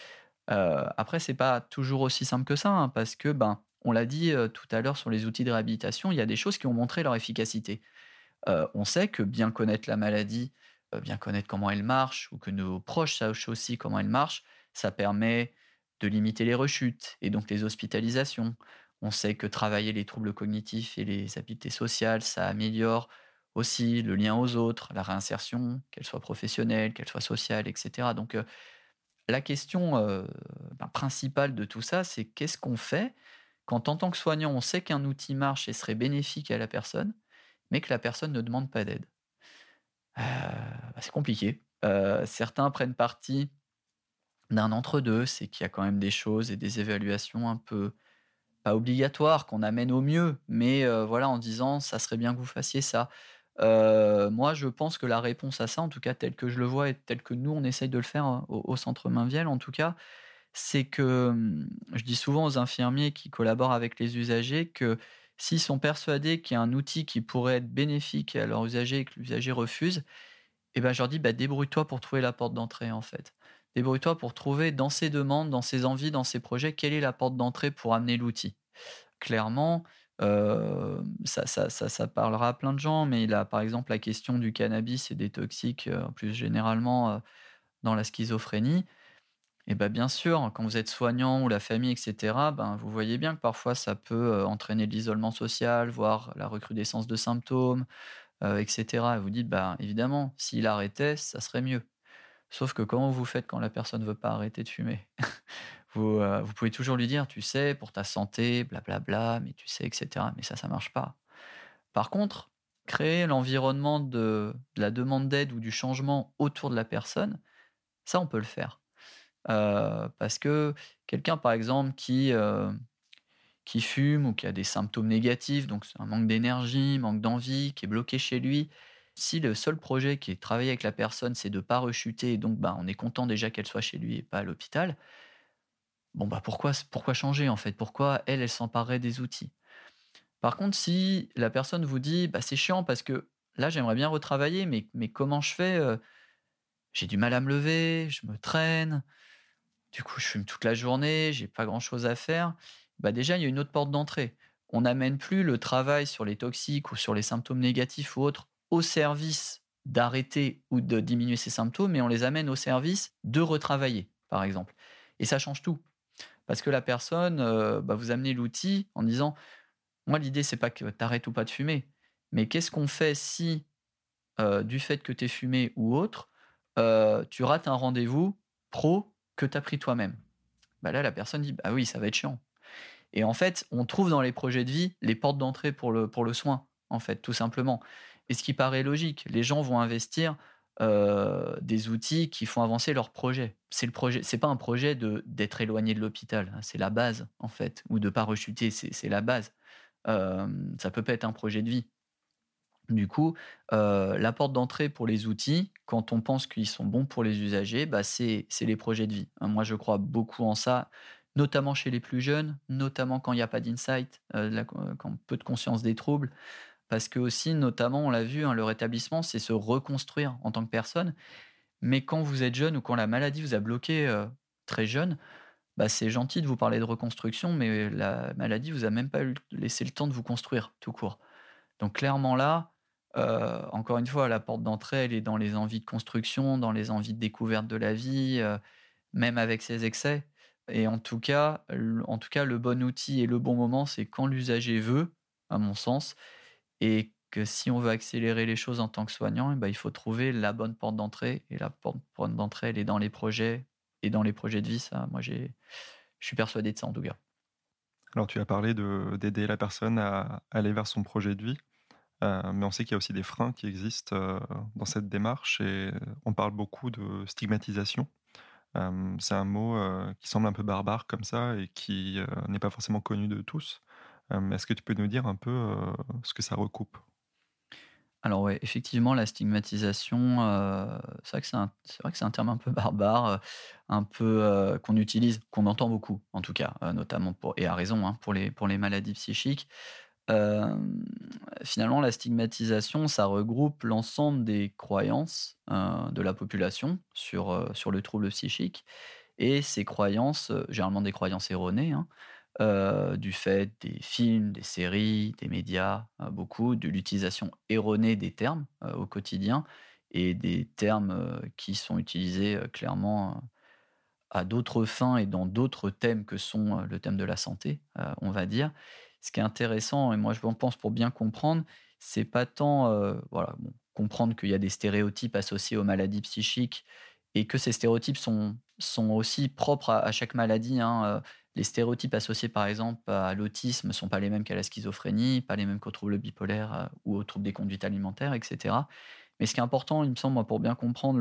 Après, c'est pas toujours aussi simple que ça, hein, parce que, ben, on l'a dit, tout à l'heure sur les outils de réhabilitation, il y a des choses qui ont montré leur efficacité. On sait que bien connaître la maladie, bien connaître comment elle marche ou que nos proches sachent aussi comment elle marche, ça permet de limiter les rechutes et donc les hospitalisations. On sait que travailler les troubles cognitifs et les habiletés sociales, ça améliore aussi le lien aux autres, la réinsertion, qu'elle soit professionnelle, qu'elle soit sociale et cetera. Donc, la question, ben, principale de tout ça, c'est qu'est-ce qu'on fait quand, en tant que soignant, on sait qu'un outil marche et serait bénéfique à la personne, mais que la personne ne demande pas d'aide? Bah, c'est compliqué. Certains prennent parti d'un entre-deux, c'est qu'il y a quand même des choses et des évaluations un peu pas obligatoires, qu'on amène au mieux, mais voilà, en disant: «Ça serait bien que vous fassiez ça». Moi, je pense que la réponse à ça, en tout cas telle que je le vois et telle que nous, on essaye de le faire, au centre Mainvielle en tout cas, c'est que, je dis souvent aux infirmiers qui collaborent avec les usagers que s'ils sont persuadés qu'il y a un outil qui pourrait être bénéfique à leur usager et que l'usager refuse, et ben, je leur dis: «Bah, débrouille-toi pour trouver la porte d'entrée, en fait. Débrouille-toi pour trouver dans ses demandes, dans ses envies, dans ses projets, quelle est la porte d'entrée pour amener l'outil». Clairement, ça parlera à plein de gens, mais là, par exemple, la question du cannabis et des toxiques, plus généralement, dans la schizophrénie, et ben bien sûr, quand vous êtes soignant ou la famille et cetera, ben, vous voyez bien que parfois ça peut, entraîner de l'isolement social, voire la recrudescence de symptômes, et cetera. Et vous dites: «Ben, évidemment, s'il arrêtait, ça serait mieux». Sauf que comment vous faites quand la personne ne veut pas arrêter de fumer? Vous pouvez toujours lui dire: «Tu sais, pour ta santé, blablabla, mais tu sais» et cetera. Mais ça marche pas. Par contre, créer l'environnement de la demande d'aide ou du changement autour de la personne, ça, on peut le faire. Parce que quelqu'un, par exemple, qui fume ou qui a des symptômes négatifs, donc c'est un manque d'énergie, manque d'envie, qui est bloqué chez lui, si le seul projet qui est travaillé avec la personne, c'est de ne pas rechuter, et donc on est content déjà qu'elle soit chez lui et pas à l'hôpital, bon, pourquoi changer en fait? Pourquoi elle s'emparerait des outils? Par contre, si la personne vous dit: «Bah, c'est chiant parce que là, j'aimerais bien retravailler, mais comment je fais? J'ai du mal à me lever, je me traîne, du coup, je fume toute la journée, j'ai pas grand-chose à faire». Bah, déjà, il y a une autre porte d'entrée. On n'amène plus le travail sur les toxiques ou sur les symptômes négatifs ou autres au service d'arrêter ou de diminuer ces symptômes, mais on les amène au service de retravailler, par exemple. Et ça change tout. Parce que la personne, vous amenez l'outil en disant: «Moi, l'idée, c'est pas que tu arrêtes ou pas de fumer, mais qu'est-ce qu'on fait si, du fait que tu aies fumé ou autre, tu rates un rendez-vous pro que tu as pris toi-même?» Bah, là, la personne dit: «Bah oui, ça va être chiant». Et en fait, on trouve dans les projets de vie les portes d'entrée pour le soin, en fait, tout simplement. Et ce qui paraît logique, les gens vont investir, des outils qui font avancer leur projet. C'est pas un projet d'être éloigné de l'hôpital, hein, c'est la base, en fait, ou de pas rechuter, c'est la base. Ça peut pas être un projet de vie. Du coup, la porte d'entrée pour les outils, quand on pense qu'ils sont bons pour les usagers, c'est les projets de vie. Hein, moi, je crois beaucoup en ça, notamment chez les plus jeunes, notamment quand il y a pas d'insight, quand peu de conscience des troubles. Parce que aussi, notamment, on l'a vu, hein, le rétablissement, c'est se reconstruire en tant que personne. Mais quand vous êtes jeune ou quand la maladie vous a bloqué, très jeune, c'est gentil de vous parler de reconstruction, mais la maladie vous a même pas laissé le temps de vous construire, tout court. Donc clairement là, encore une fois, la porte d'entrée, elle est dans les envies de construction, dans les envies de découverte de la vie, même avec ses excès. Et en tout cas, le bon outil et le bon moment, c'est quand l'usager veut, à mon sens, et que si on veut accélérer les choses en tant que soignant, il faut trouver la bonne porte d'entrée. Et la porte d'entrée, elle est dans les projets et dans les projets de vie. Ça, moi, je suis persuadé de ça en tout cas. Alors tu as parlé d'aider la personne à aller vers son projet de vie, mais on sait qu'il y a aussi des freins qui existent dans cette démarche et on parle beaucoup de stigmatisation. C'est un mot qui semble un peu barbare comme ça et qui n'est pas forcément connu de tous. Est-ce que tu peux nous dire un peu ce que ça recoupe? Alors ouais, effectivement, la stigmatisation, c'est vrai que c'est un terme un peu barbare, un peu, qu'on utilise, qu'on entend beaucoup en tout cas, notamment et à raison, hein, pour les maladies psychiques. Hem, Finalement, la stigmatisation, ça regroupe l'ensemble des croyances, de la population sur le trouble psychique, et ces croyances, généralement des croyances erronées, hein, du fait des films, des séries, des médias, beaucoup, de l'utilisation erronée des termes, au quotidien, et des termes, qui sont utilisés, clairement, à d'autres fins et dans d'autres thèmes que sont, le thème de la santé, on va dire. Ce qui est intéressant, et moi je pense pour bien comprendre, c'est pas tant, voilà, bon, comprendre qu'il y a des stéréotypes associés aux maladies psychiques et que ces stéréotypes sont aussi propres à chaque maladie, hein. Les stéréotypes associés par exemple à l'autisme ne sont pas les mêmes qu'à la schizophrénie, pas les mêmes qu'aux troubles bipolaires, ou aux troubles des conduites alimentaires, et cetera. Mais ce qui est important, il me semble, moi, pour bien comprendre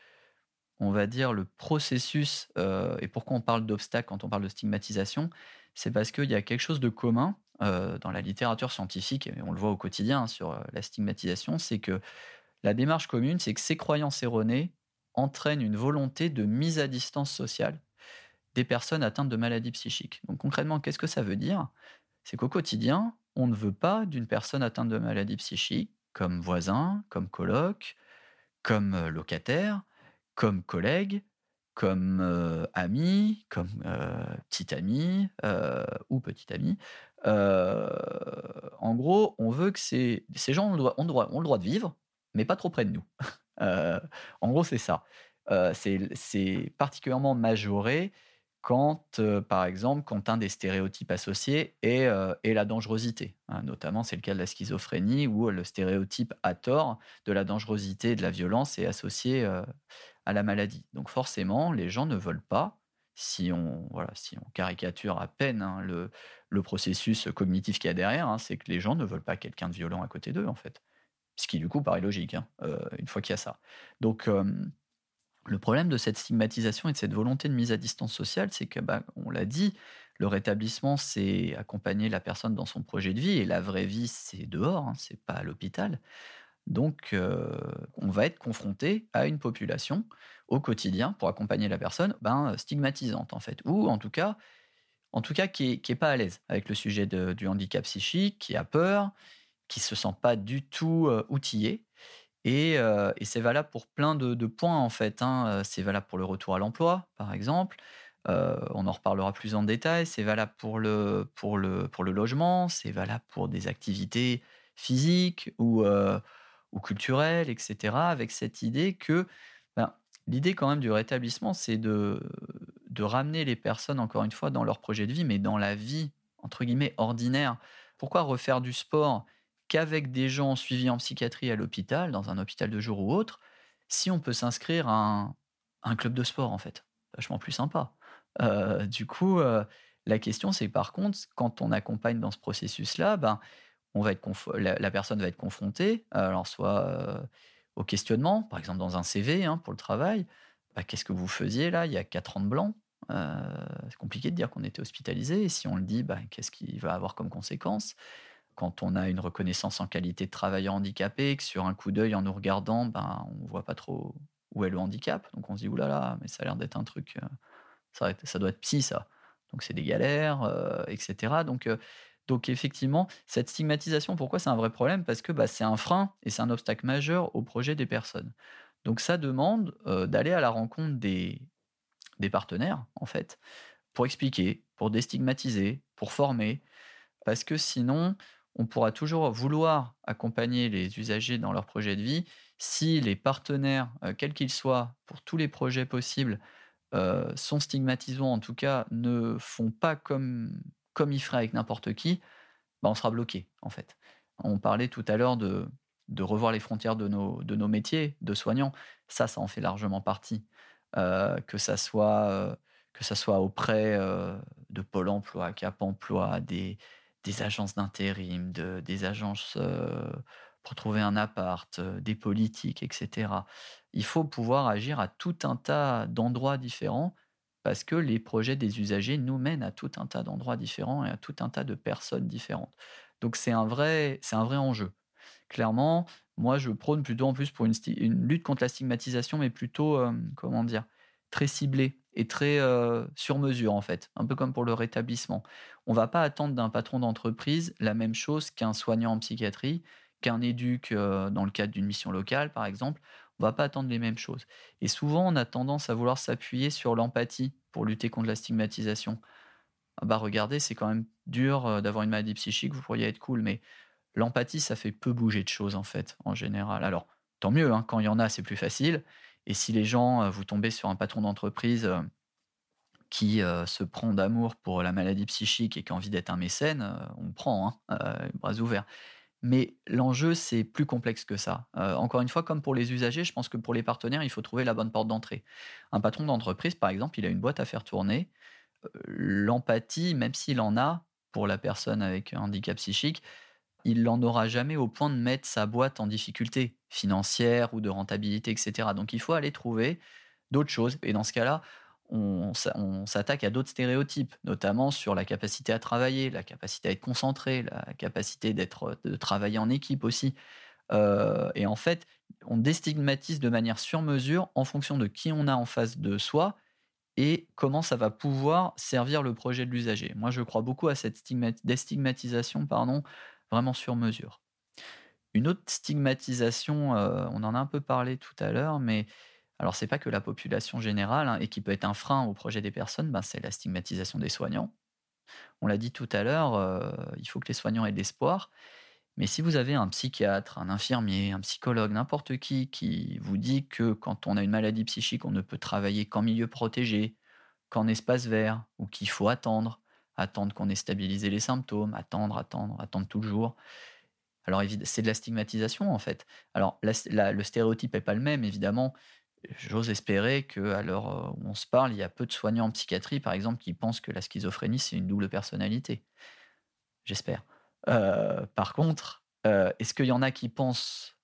on va dire le processus, et pourquoi on parle d'obstacle quand on parle de stigmatisation, c'est parce qu'il y a quelque chose de commun, dans la littérature scientifique, et on le voit au quotidien, hein, sur, la stigmatisation, c'est que la démarche commune, c'est que ces croyances erronées entraînent une volonté de mise à distance sociale des personnes atteintes de maladies psychiques. Donc concrètement, qu'est-ce que ça veut dire? C'est qu'au quotidien, on ne veut pas d'une personne atteinte de maladie psychique comme voisin, comme coloc, comme, locataire, comme collègue, comme, ami, comme, petit ami, ou petite amie. Heu, En gros, on veut que ces gens ont le droit de vivre, mais pas trop près de nous. Heu, En gros, c'est ça. C'est particulièrement majoré quand, par exemple, quand un des stéréotypes associés est la dangerosité, hein. Notamment, c'est le cas de la schizophrénie où le stéréotype à tort de la dangerosité et de la violence est associé, à la maladie. Donc forcément, les gens ne veulent pas si on caricature à peine, hein, le processus cognitif qu'il y a derrière, hein, c'est que les gens ne veulent pas quelqu'un de violent à côté d'eux, en fait. Ce qui, du coup, paraît logique, hein, une fois qu'il y a ça. Donc, le problème de cette stigmatisation et de cette volonté de mise à distance sociale, c'est que, on l'a dit, le rétablissement, c'est accompagner la personne dans son projet de vie et la vraie vie, c'est dehors, hein, c'est pas à l'hôpital. Donc, on va être confronté à une population au quotidien pour accompagner la personne, stigmatisante en fait, ou en tout cas qui est pas à l'aise avec le sujet du handicap psychique, qui a peur, qui se sent pas du tout outillé. Et c'est valable pour plein de points en fait, hein. C'est valable pour le retour à l'emploi, par exemple. On en reparlera plus en détail. C'est valable pour le logement. C'est valable pour des activités physiques ou culturelles, etc. Avec cette idée que, l'idée quand même du rétablissement, c'est de ramener les personnes, encore une fois, dans leur projet de vie, mais dans la vie, entre guillemets, ordinaire. Pourquoi refaire du sport qu'avec des gens suivis en psychiatrie à l'hôpital, dans un hôpital de jour ou autre, si on peut s'inscrire à un club de sport, en fait? Vachement plus sympa. Du coup, la question, c'est par contre, quand on accompagne dans ce processus-là, on va être la personne va être confrontée, alors soit au questionnement, par exemple dans un CV, hein, pour le travail. Qu'est-ce que vous faisiez là, il y a 4 ans de blanc? C'est compliqué de dire qu'on était hospitalisé. Et si on le dit, qu'est-ce qu'il va avoir comme conséquence? Quand on a une reconnaissance en qualité de travailleur handicapé, que sur un coup d'œil, en nous regardant, on ne voit pas trop où est le handicap. Donc on se dit, ouh là là, mais ça a l'air d'être un truc, ça doit être psy ça. Donc c'est des galères, etc. Donc effectivement, cette stigmatisation, pourquoi c'est un vrai problème? Parce que c'est un frein et c'est un obstacle majeur au projet des personnes. Donc ça demande d'aller à la rencontre des partenaires, en fait, pour expliquer, pour déstigmatiser, pour former, parce que sinon, on pourra toujours vouloir accompagner les usagers dans leur projet de vie si les partenaires, quels qu'ils soient, pour tous les projets possibles, sont stigmatisants, en tout cas, ne font pas comme ils feraient avec n'importe qui, on sera bloqué, en fait. On parlait tout à l'heure de revoir les frontières de nos métiers de soignants. Ça en fait largement partie. Que ça soit auprès de Pôle emploi, Cap emploi, des agences d'intérim, des agences pour trouver un appart, des politiques, etc. Il faut pouvoir agir à tout un tas d'endroits différents parce que les projets des usagers nous mènent à tout un tas d'endroits différents et à tout un tas de personnes différentes. Donc c'est un vrai enjeu. Clairement, moi je prône plutôt en plus pour une lutte contre la stigmatisation, mais plutôt, comment dire, très ciblée et très sur mesure en fait, un peu comme pour le rétablissement. On ne va pas attendre d'un patron d'entreprise la même chose qu'un soignant en psychiatrie, qu'un éduc dans le cadre d'une mission locale par exemple. On ne va pas attendre les mêmes choses. Et souvent, on a tendance à vouloir s'appuyer sur l'empathie pour lutter contre la stigmatisation. Regardez, c'est quand même dur d'avoir une maladie psychique, vous pourriez être cool, mais l'empathie, ça fait peu bouger de choses, en fait, en général. Alors, tant mieux, hein, quand il y en a, c'est plus facile. Et si les gens, vous tombez sur un patron d'entreprise qui se prend d'amour pour la maladie psychique et qui a envie d'être un mécène, on prend, hein, bras ouverts. Mais l'enjeu, c'est plus complexe que ça. Encore une fois, comme pour les usagers, je pense que pour les partenaires, il faut trouver la bonne porte d'entrée. Un patron d'entreprise, par exemple, il a une boîte à faire tourner. L'empathie, même s'il en a pour la personne avec un handicap psychique, il n'en aura jamais au point de mettre sa boîte en difficulté financière ou de rentabilité, etc. Donc il faut aller trouver d'autres choses. Et dans ce cas-là, on s'attaque à d'autres stéréotypes, notamment sur la capacité à travailler, la capacité à être concentré, la capacité de travailler en équipe aussi. Et en fait, on déstigmatise de manière sur mesure en fonction de qui on a en face de soi et comment ça va pouvoir servir le projet de l'usager. Moi, je crois beaucoup à cette déstigmatisation, vraiment sur mesure. Une autre stigmatisation, on en a un peu parlé tout à l'heure, mais alors c'est pas que la population générale, hein, et qui peut être un frein au projet des personnes, c'est la stigmatisation des soignants. On l'a dit tout à l'heure, il faut que les soignants aient de l'espoir. Mais si vous avez un psychiatre, un infirmier, un psychologue, n'importe qui vous dit que quand on a une maladie psychique, on ne peut travailler qu'en milieu protégé, qu'en espace vert, ou qu'il faut attendre qu'on ait stabilisé les symptômes, attendre toujours. Alors c'est de la stigmatisation en fait. Alors le stéréotype n'est pas le même, évidemment. j'ose espérer qu'à l'heure où on se parle, il y a peu de soignants en psychiatrie, par exemple, qui pensent que la schizophrénie, c'est une double personnalité. J'espère. Par contre, est-ce qu'il y en a qui pensent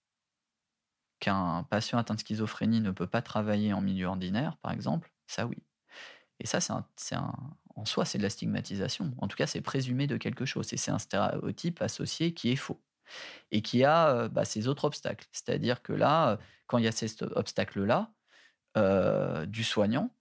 qu'un patient atteint de schizophrénie ne peut pas travailler en milieu ordinaire, par exemple? Ça, oui. Et ça, en soi, c'est de la stigmatisation. En tout cas, c'est présumé de quelque chose et c'est un stéréotype associé qui est faux et qui a, ces autres obstacles. C'est-à-dire que là, quand il y a cet obstacle-là, du soignant,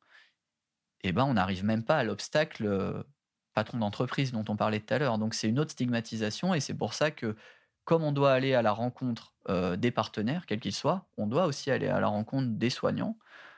et ben, on n'arrive même pas à l'obstacle, patron d'entreprise dont on parlait tout à l'heure. Donc c'est une autre stigmatisation et c'est pour ça que, comme on doit aller à la rencontre, des partenaires, quels qu'ils soient, on doit aussi aller à la rencontre des soignants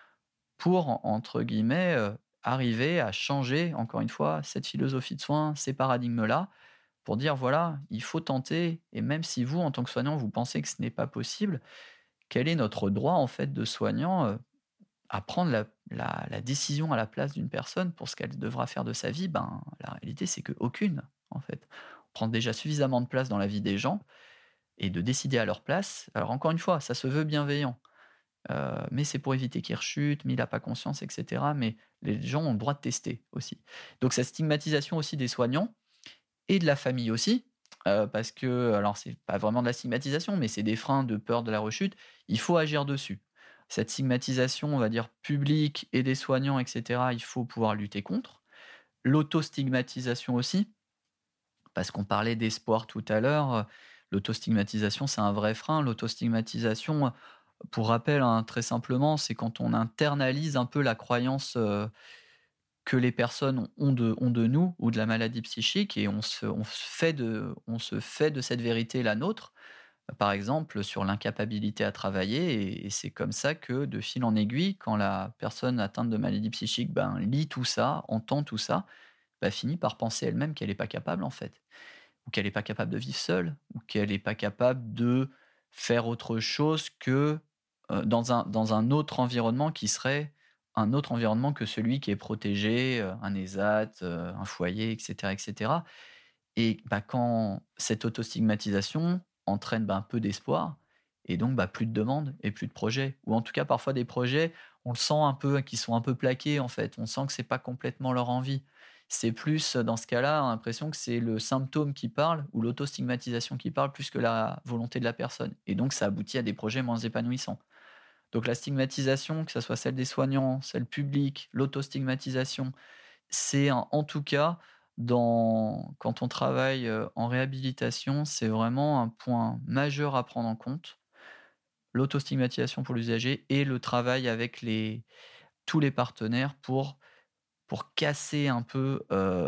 pour, entre guillemets, arriver à changer, encore une fois, cette philosophie de soins, ces paradigmes-là, pour dire: «Voilà, il faut tenter et même si vous, en tant que soignant, vous pensez que ce n'est pas possible, quel est notre droit, en fait, de soignant, à prendre la décision à la place d'une personne pour ce qu'elle devra faire de sa vie?» Ben, la réalité, c'est qu'aucune, en fait. On prend déjà suffisamment de place dans la vie des gens et de décider à leur place, alors encore une fois, ça se veut bienveillant, mais c'est pour éviter qu'il rechute, mais il a pas conscience et cetera, mais les gens ont le droit de tester aussi. Donc cette stigmatisation aussi des soignants et de la famille aussi, parce que alors c'est pas vraiment de la stigmatisation, mais c'est des freins de peur de la rechute, il faut agir dessus. Cette stigmatisation, on va dire publique et des soignants et cetera, il faut pouvoir lutter contre. L'autostigmatisation aussi, parce qu'on parlait d'espoir tout à l'heure, l'autostigmatisation, c'est un vrai frein. L'autostigmatisation, pour rappel, hein, très simplement, c'est quand on internalise un peu la croyance, que les personnes ont de nous ou de la maladie psychique et on se fait de cette vérité la nôtre. Par exemple, sur l'incapacité à travailler et c'est comme ça que, de fil en aiguille, quand la personne atteinte de maladie psychique, ben, lit tout ça, entend tout ça, bah, finit par penser elle-même qu'elle est pas capable, en fait. Ou qu'elle est pas capable de vivre seule, ou qu'elle est pas capable de faire autre chose que, dans un autre environnement qui serait un autre environnement que celui qui est protégé, un ESAT, un foyer et cetera et cetera. Et bah, quand cette autostigmatisation entraîne, bah, peu d'espoir et donc bah, plus de demandes et plus de projets. Ou en tout cas, parfois des projets, on le sent un peu, qui sont un peu plaqués en fait. On sent que c'est pas complètement leur envie. C'est plus, dans ce cas-là, on a l'impression que c'est le symptôme qui parle ou l'autostigmatisation qui parle plus que la volonté de la personne. Et donc ça aboutit à des projets moins épanouissants. Donc la stigmatisation, que ce soit celle des soignants, celle publique, l'autostigmatisation, c'est en tout cas, quand on travaille en réhabilitation, c'est vraiment un point majeur à prendre en compte. L'autostigmatisation pour l'usager et le travail avec tous les partenaires pour casser un peu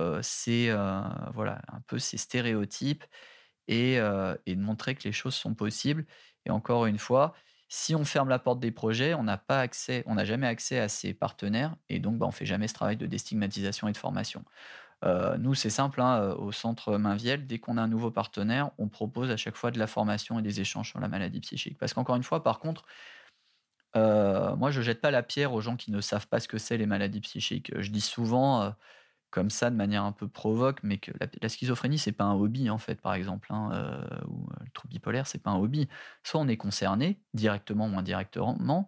voilà, un peu ces stéréotypes et de montrer que les choses sont possibles. Et encore une fois, si on ferme la porte des projets, on n'a jamais accès à ces partenaires et donc bah, on fait jamais ce travail de déstigmatisation et de formation. Nous, c'est simple, hein, au centre Mainvielle, dès qu'on a un nouveau partenaire, on propose à chaque fois de la formation et des échanges sur la maladie psychique. Parce qu'encore une fois, par contre, moi, je jette pas la pierre aux gens qui ne savent pas ce que c'est les maladies psychiques. Je dis souvent, comme ça, de manière un peu provoque, mais que la schizophrénie, c'est pas un hobby, en fait, par exemple, hein, ou le trouble bipolaire, c'est pas un hobby. Soit on est concerné, directement ou indirectement,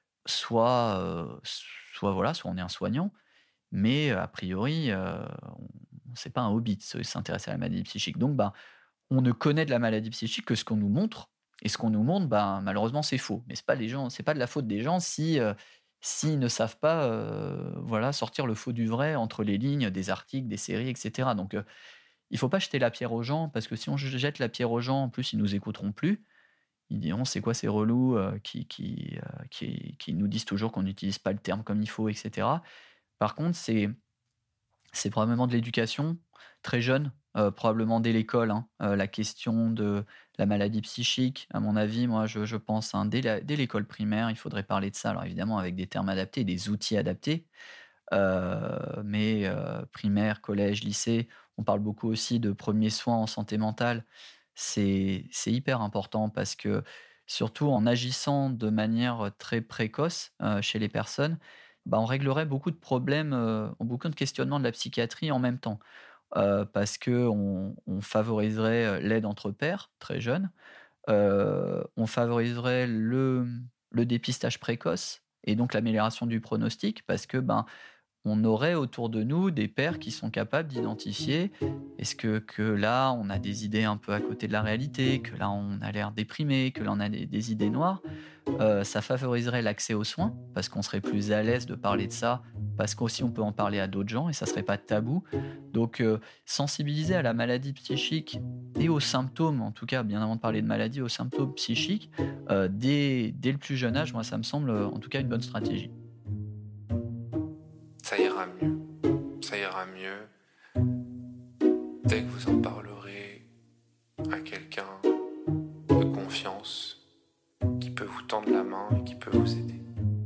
soit voilà, soit on est un soignant, mais a priori, c'est pas un hobby de s'intéresser à la maladie psychique. Donc, bah, on ne connaît de la maladie psychique que ce qu'on nous montre et ce qu'on nous montre, bah, malheureusement, c'est faux. Mais c'est pas de la faute des gens s'ils ne savent pas, voilà, sortir le faux du vrai entre les lignes des articles, des séries et cetera. Donc, il faut pas jeter la pierre aux gens parce que si on jette la pierre aux gens, en plus, ils nous écouteront plus. Ils diront: «C'est quoi ces relous, qui nous disent toujours qu'on n'utilise pas le terme comme il faut?» et cetera. Par contre, c'est probablement de l'éducation, très jeune, probablement dès l'école, hein. La question de la maladie psychique, à mon avis, moi je pense, hein, dès l'école primaire, il faudrait parler de ça. Alors évidemment avec des termes adaptés, des outils adaptés, mais primaire, collège, lycée, on parle beaucoup aussi de premiers soins en santé mentale. C'est hyper important parce que, surtout en agissant de manière très précoce, chez les personnes, bah, on réglerait beaucoup de problèmes, beaucoup de questionnements de la psychiatrie en même temps. Parce qu'on favoriserait, l'aide entre pairs, très jeunes, on favoriserait le dépistage précoce, et donc l'amélioration du pronostic parce que on aurait autour de nous des pairs qui sont capables d'identifier est-ce que là, on a des idées un peu à côté de la réalité, que là, on a l'air déprimé, que là, on a des idées noires. Ça favoriserait l'accès aux soins parce qu'on serait plus à l'aise de parler de ça, parce qu'aussi on peut en parler à d'autres gens et ça serait pas tabou. Donc, sensibiliser à la maladie psychique et aux symptômes, en tout cas, bien avant de parler de maladie, aux symptômes psychiques, dès le plus jeune âge, moi, ça me semble en tout cas une bonne stratégie. Ça ira mieux. Ça ira mieux dès que vous en parlerez à quelqu'un de confiance qui peut vous tendre la main et qui peut vous aider.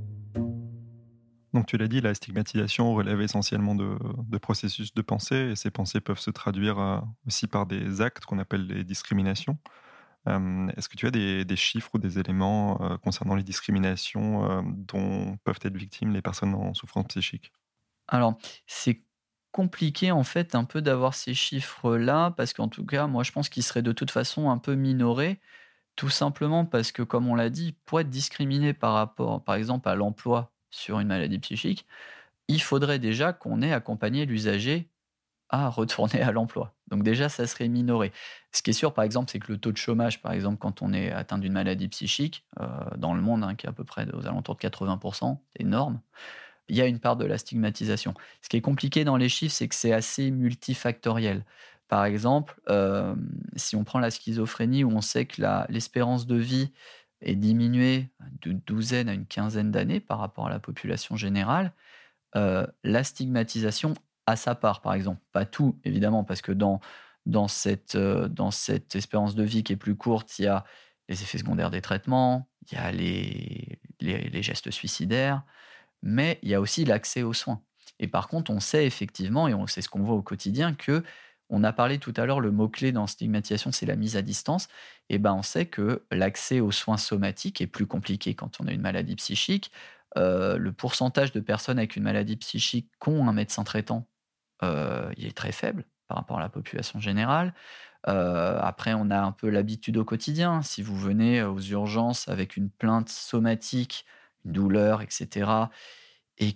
Donc tu l'as dit, la stigmatisation relève essentiellement de processus de pensée et ces pensées peuvent se traduire aussi par des actes qu'on appelle les discriminations. Est-ce que tu as des chiffres ou des éléments concernant les discriminations dont peuvent être victimes les personnes en souffrance psychique ? Alors, c'est compliqué en fait un peu d'avoir ces chiffres-là parce qu'en tout cas, moi je pense qu'ils seraient de toute façon un peu minorés, tout simplement parce que comme on l'a dit, pour être discriminé par rapport, par exemple, à l'emploi sur une maladie psychique, il faudrait déjà qu'on ait accompagné l'usager à retourner à l'emploi. Donc déjà, ça serait minoré. Ce qui est sûr, par exemple, c'est que le taux de chômage, par exemple, quand on est atteint d'une maladie psychique, dans le monde, qui est à peu près aux alentours de 80%, c'est énorme, il y a une part de la stigmatisation. Ce qui est compliqué dans les chiffres, c'est que c'est assez multifactoriel. Par exemple, si on prend la schizophrénie, où on sait que l'espérance de vie est diminuée d'une douzaine à une quinzaine d'années par rapport à la population générale, la stigmatisation a sa part, par exemple. Pas tout, évidemment, parce que dans cette espérance de vie qui est plus courte, il y a les effets secondaires des traitements, il y a les gestes suicidaires, mais il y a aussi l'accès aux soins. Et par contre, on sait effectivement, et c'est ce qu'on voit au quotidien, que on a parlé tout à l'heure, le mot-clé dans stigmatisation, c'est la mise à distance. Et on sait que l'accès aux soins somatiques est plus compliqué quand on a une maladie psychique. Le pourcentage de personnes avec une maladie psychique qui ont un médecin traitant, il est très faible par rapport à la population générale. Après, on a un peu l'habitude au quotidien. Si vous venez aux urgences avec une plainte somatique, une douleur, etc., et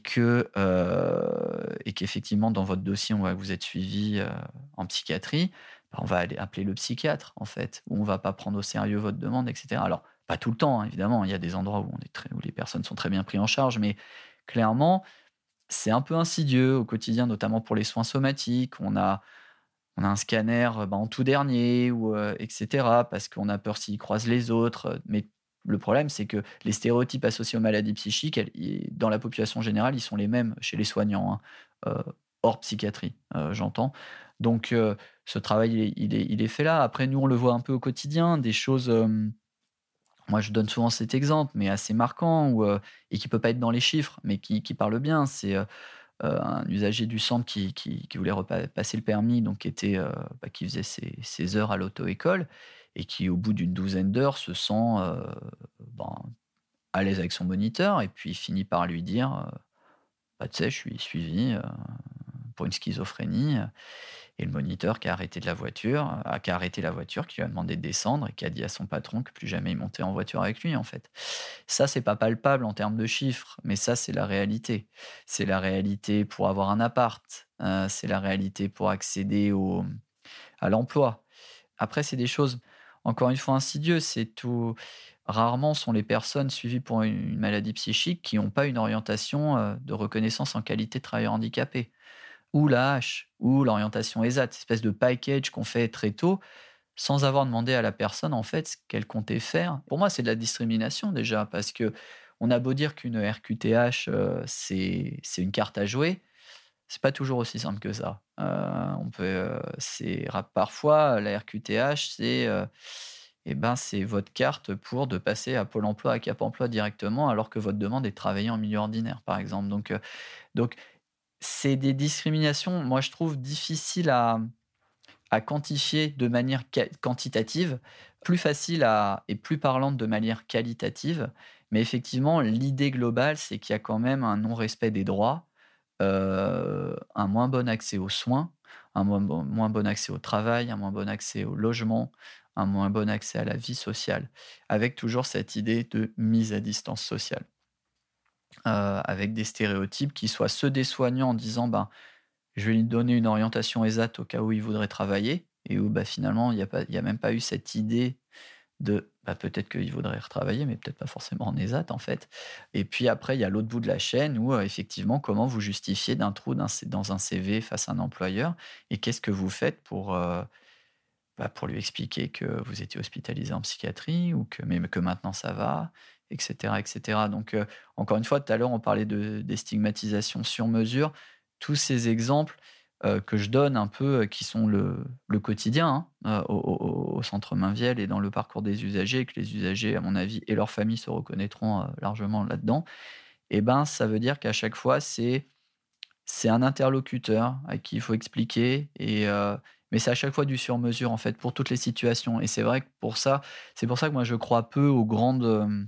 qu'effectivement, dans votre dossier, on voit que vous êtes suivi en psychiatrie, on va aller appeler le psychiatre, en fait, où on ne va pas prendre au sérieux votre demande, etc. Alors, pas tout le temps, évidemment, il y a des endroits où les personnes sont très bien prises en charge, mais clairement, c'est un peu insidieux au quotidien, notamment pour les soins somatiques. On a un scanner en tout dernier, etc., parce qu'on a peur s'il croise les autres. Mais le problème, c'est que les stéréotypes associés aux maladies psychiques, dans la population générale, ils sont les mêmes chez les soignants, hors psychiatrie, j'entends. Donc, ce travail, il est fait là. Après, nous, on le voit un peu au quotidien, des choses... moi, je donne souvent cet exemple, mais assez marquant, et qui ne peut pas être dans les chiffres, mais qui parle bien. C'est un usager du centre qui voulait passer le permis, donc qui faisait ses heures à l'auto-école, et qui, au bout d'une douzaine d'heures, se sent à l'aise avec son moniteur, et puis finit par lui dire tu sais, je suis suivi pour une schizophrénie. Et le moniteur qui a arrêté la voiture, qui lui a demandé de descendre et qui a dit à son patron que plus jamais il montait en voiture avec lui, en fait. Ça, c'est pas palpable en termes de chiffres, mais ça, c'est la réalité. C'est la réalité pour avoir un appart. C'est la réalité pour accéder à l'emploi. Après, c'est des choses, encore une fois, insidieuses. C'est tout. Rarement sont les personnes suivies pour une maladie psychique qui n'ont pas une orientation de reconnaissance en qualité de travailleur handicapé, ou la H, ou l'orientation ESAT, cette espèce de package qu'on fait très tôt, sans avoir demandé à la personne, en fait, ce qu'elle comptait faire. Pour moi, c'est de la discrimination, déjà, parce que on a beau dire qu'une RQTH, c'est une carte à jouer, c'est pas toujours aussi simple que ça. Parfois, la RQTH, c'est votre carte de passer à Pôle emploi, à Cap emploi directement, alors que votre demande est de travailler en milieu ordinaire, par exemple. Donc c'est des discriminations, moi, je trouve difficiles à quantifier de manière quantitative, plus facile et plus parlante de manière qualitative. Mais effectivement, l'idée globale, c'est qu'il y a quand même un non-respect des droits, un moins bon accès aux soins, un moins bon accès au travail, un moins bon accès au logement, un moins bon accès à la vie sociale, avec toujours cette idée de mise à distance sociale. avec des stéréotypes qui soient ceux des soignants en disant je vais lui donner une orientation ESAT au cas où il voudrait travailler, et où finalement il y a même pas eu cette idée de peut-être qu'il voudrait retravailler, mais peut-être pas forcément en ESAT en fait. Et puis après, il y a l'autre bout de la chaîne où effectivement, comment vous justifiez d'un trou dans un CV face à un employeur, et qu'est-ce que vous faites pour lui expliquer que vous étiez hospitalisé en psychiatrie, ou mais que maintenant ça va, etc. etc. Donc, encore une fois, tout à l'heure, on parlait des stigmatisations sur mesure. Tous ces exemples que je donne un peu, qui sont le quotidien au centre Mainvielle et dans le parcours des usagers, que les usagers, à mon avis, et leurs familles se reconnaîtront largement là-dedans, ça veut dire qu'à chaque fois, c'est un interlocuteur à qui il faut expliquer, mais c'est à chaque fois du sur-mesure, en fait, pour toutes les situations. Et c'est vrai que c'est pour ça que moi je crois peu aux grandes,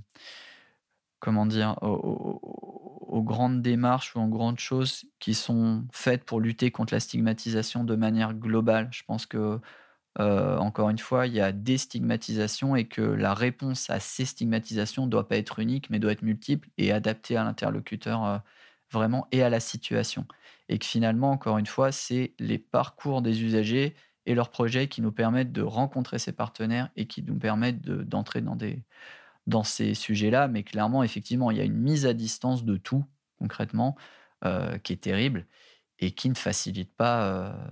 comment dire? Aux grandes démarches ou aux grandes choses qui sont faites pour lutter contre la stigmatisation de manière globale. Je pense que, encore une fois, il y a des stigmatisations, et que la réponse à ces stigmatisations doit pas être unique, mais doit être multiple et adaptée à l'interlocuteur, vraiment, et à la situation. Et que finalement, encore une fois, c'est les parcours des usagers et leurs projets qui nous permettent de rencontrer ces partenaires et qui nous permettent d'entrer dans ces sujets-là. Mais clairement, effectivement, il y a une mise à distance de tout, concrètement, qui est terrible et qui ne facilite pas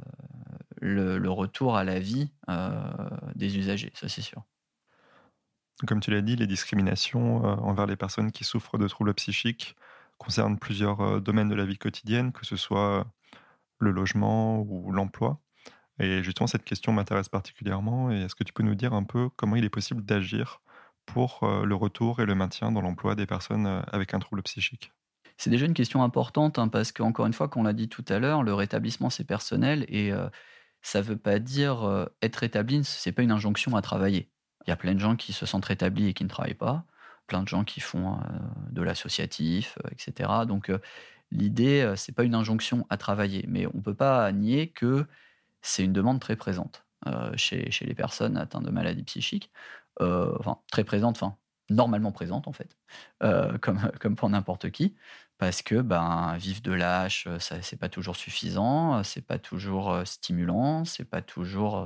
le retour à la vie des usagers, ça c'est sûr. Comme tu l'as dit, les discriminations envers les personnes qui souffrent de troubles psychiques concernent plusieurs domaines de la vie quotidienne, que ce soit le logement ou l'emploi. Et justement, cette question m'intéresse particulièrement. Et est-ce que tu peux nous dire un peu comment il est possible d'agir pour le retour et le maintien dans l'emploi des personnes avec un trouble psychique? C'est déjà une question importante, parce qu'encore une fois, comme on l'a dit tout à l'heure, le rétablissement, c'est personnel, et ça ne veut pas dire être rétabli, ce n'est pas une injonction à travailler. Il y a plein de gens qui se sentent rétablis et qui ne travaillent pas, plein de gens qui font de l'associatif, etc. Donc l'idée, c'est pas une injonction à travailler, mais on ne peut pas nier que c'est une demande très présente chez les personnes atteintes de maladies psychiques, très présente, normalement présente en fait, comme pour n'importe qui, parce que vivre de l'AH, ça c'est pas toujours suffisant, c'est pas toujours stimulant, c'est pas toujours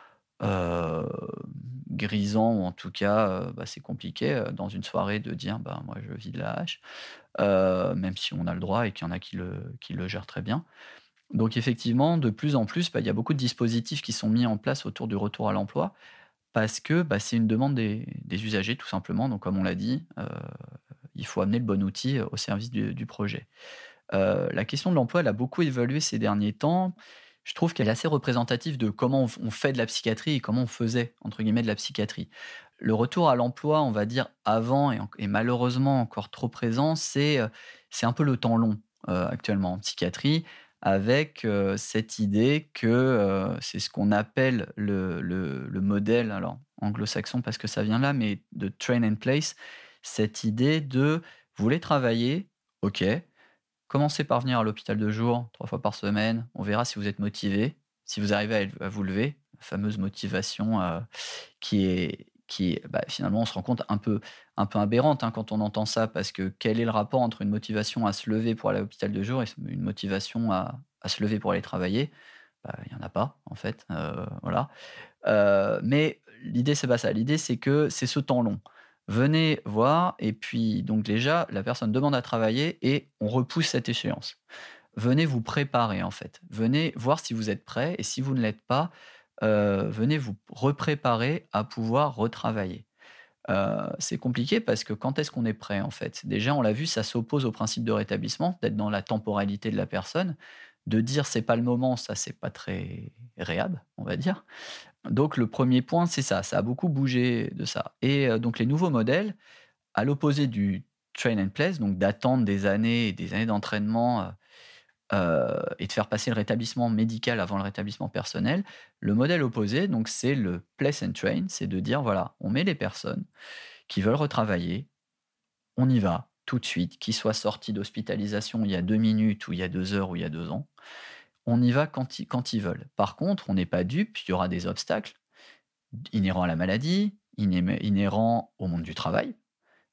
grisant, ou en tout cas c'est compliqué dans une soirée de dire moi je vis de l'AH, même si on a le droit et qu'il y en a qui le gèrent très bien. Donc effectivement, de plus en plus, il y a beaucoup de dispositifs qui sont mis en place autour du retour à l'emploi, parce que c'est une demande des usagers, tout simplement. Donc comme on l'a dit, il faut amener le bon outil au service du projet. La question de l'emploi, elle a beaucoup évolué ces derniers temps. Je trouve qu'elle est assez représentative de comment on fait de la psychiatrie et comment on faisait, entre guillemets, de la psychiatrie. Le retour à l'emploi, on va dire avant, et malheureusement encore trop présent, c'est un peu le temps long actuellement en psychiatrie, avec cette idée que c'est ce qu'on appelle le modèle, alors anglo-saxon parce que ça vient là, mais de train and place, cette idée de vous voulez travailler, ok, commencez par venir à l'hôpital de jour 3 fois par semaine, on verra si vous êtes motivé, si vous arrivez à vous lever, la fameuse motivation qui est finalement on se rend compte un peu aberrante quand on entend ça, parce que quel est le rapport entre une motivation à se lever pour aller à l'hôpital de jour et une motivation à se lever pour aller travailler? Il y en a pas en fait, voilà. Mais l'idée c'est pas ça, l'idée c'est que c'est ce temps long. Venez voir, et puis donc déjà la personne demande à travailler et on repousse cette échéance. Venez vous préparer en fait, venez voir si vous êtes prêt, et si vous ne l'êtes pas, venez vous repréparer à pouvoir retravailler. C'est compliqué parce que quand est-ce qu'on est prêt en fait? Déjà on l'a vu, ça s'oppose au principe de rétablissement, d'être dans la temporalité de la personne, de dire c'est pas le moment, ça c'est pas très réhab, on va dire. Donc le premier point, c'est ça a beaucoup bougé de ça, et donc les nouveaux modèles, à l'opposé du train and place, donc d'attendre des années et des années d'entraînement, et de faire passer le rétablissement médical avant le rétablissement personnel, le modèle opposé, donc c'est le place and train, c'est de dire voilà, on met les personnes qui veulent retravailler, on y va tout de suite, qu'ils soient sortis d'hospitalisation il y a 2 minutes ou il y a 2 heures ou il y a 2 ans. On y va quand ils veulent. Par contre, on n'est pas dupe, il y aura des obstacles inhérents à la maladie, inhérents au monde du travail,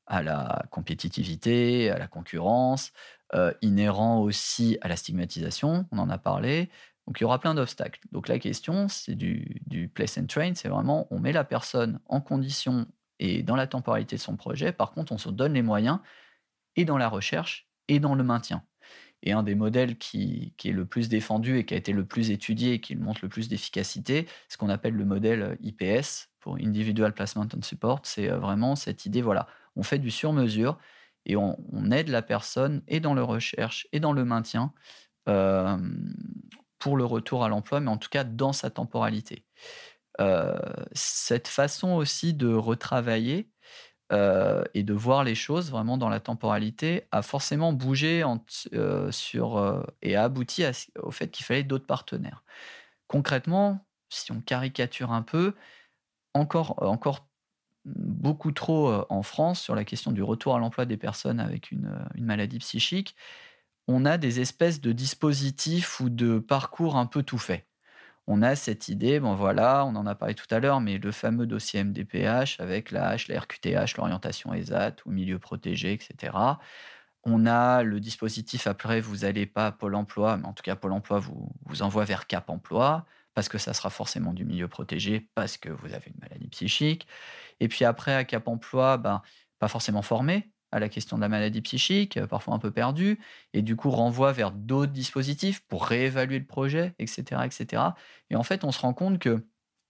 à la compétitivité, à la concurrence, inhérent aussi à la stigmatisation, on en a parlé. Donc il y aura plein d'obstacles. Donc la question, c'est du place and train, c'est vraiment on met la personne en condition et dans la temporalité de son projet. Par contre, on se donne les moyens et dans la recherche et dans le maintien. Et un des modèles qui est le plus défendu et qui a été le plus étudié et qui montre le plus d'efficacité, c'est ce qu'on appelle le modèle IPS, pour Individual Placement and Support. C'est vraiment cette idée, voilà, on fait du sur-mesure et on aide la personne et dans la recherche et dans le maintien euh, pour le retour à l'emploi, mais en tout cas dans sa temporalité. Cette façon aussi de retravailler, et de voir les choses vraiment dans la temporalité a forcément bougé et a abouti au fait qu'il fallait d'autres partenaires. Concrètement, si on caricature un peu, encore beaucoup trop en France sur la question du retour à l'emploi des personnes avec une maladie psychique, on a des espèces de dispositifs ou de parcours un peu tout faits. On a cette idée, bon voilà, on en a parlé tout à l'heure, mais le fameux dossier MDPH avec la H, la RQTH, l'orientation ESAT ou milieu protégé, etc. On a le dispositif après, vous n'allez pas à Pôle emploi, mais en tout cas, Pôle emploi vous envoie vers Cap emploi, parce que ça sera forcément du milieu protégé, parce que vous avez une maladie psychique. Et puis après, à Cap emploi, pas forcément formé à la question de la maladie psychique, parfois un peu perdu, et du coup renvoie vers d'autres dispositifs pour réévaluer le projet, etc., etc. Et en fait, on se rend compte que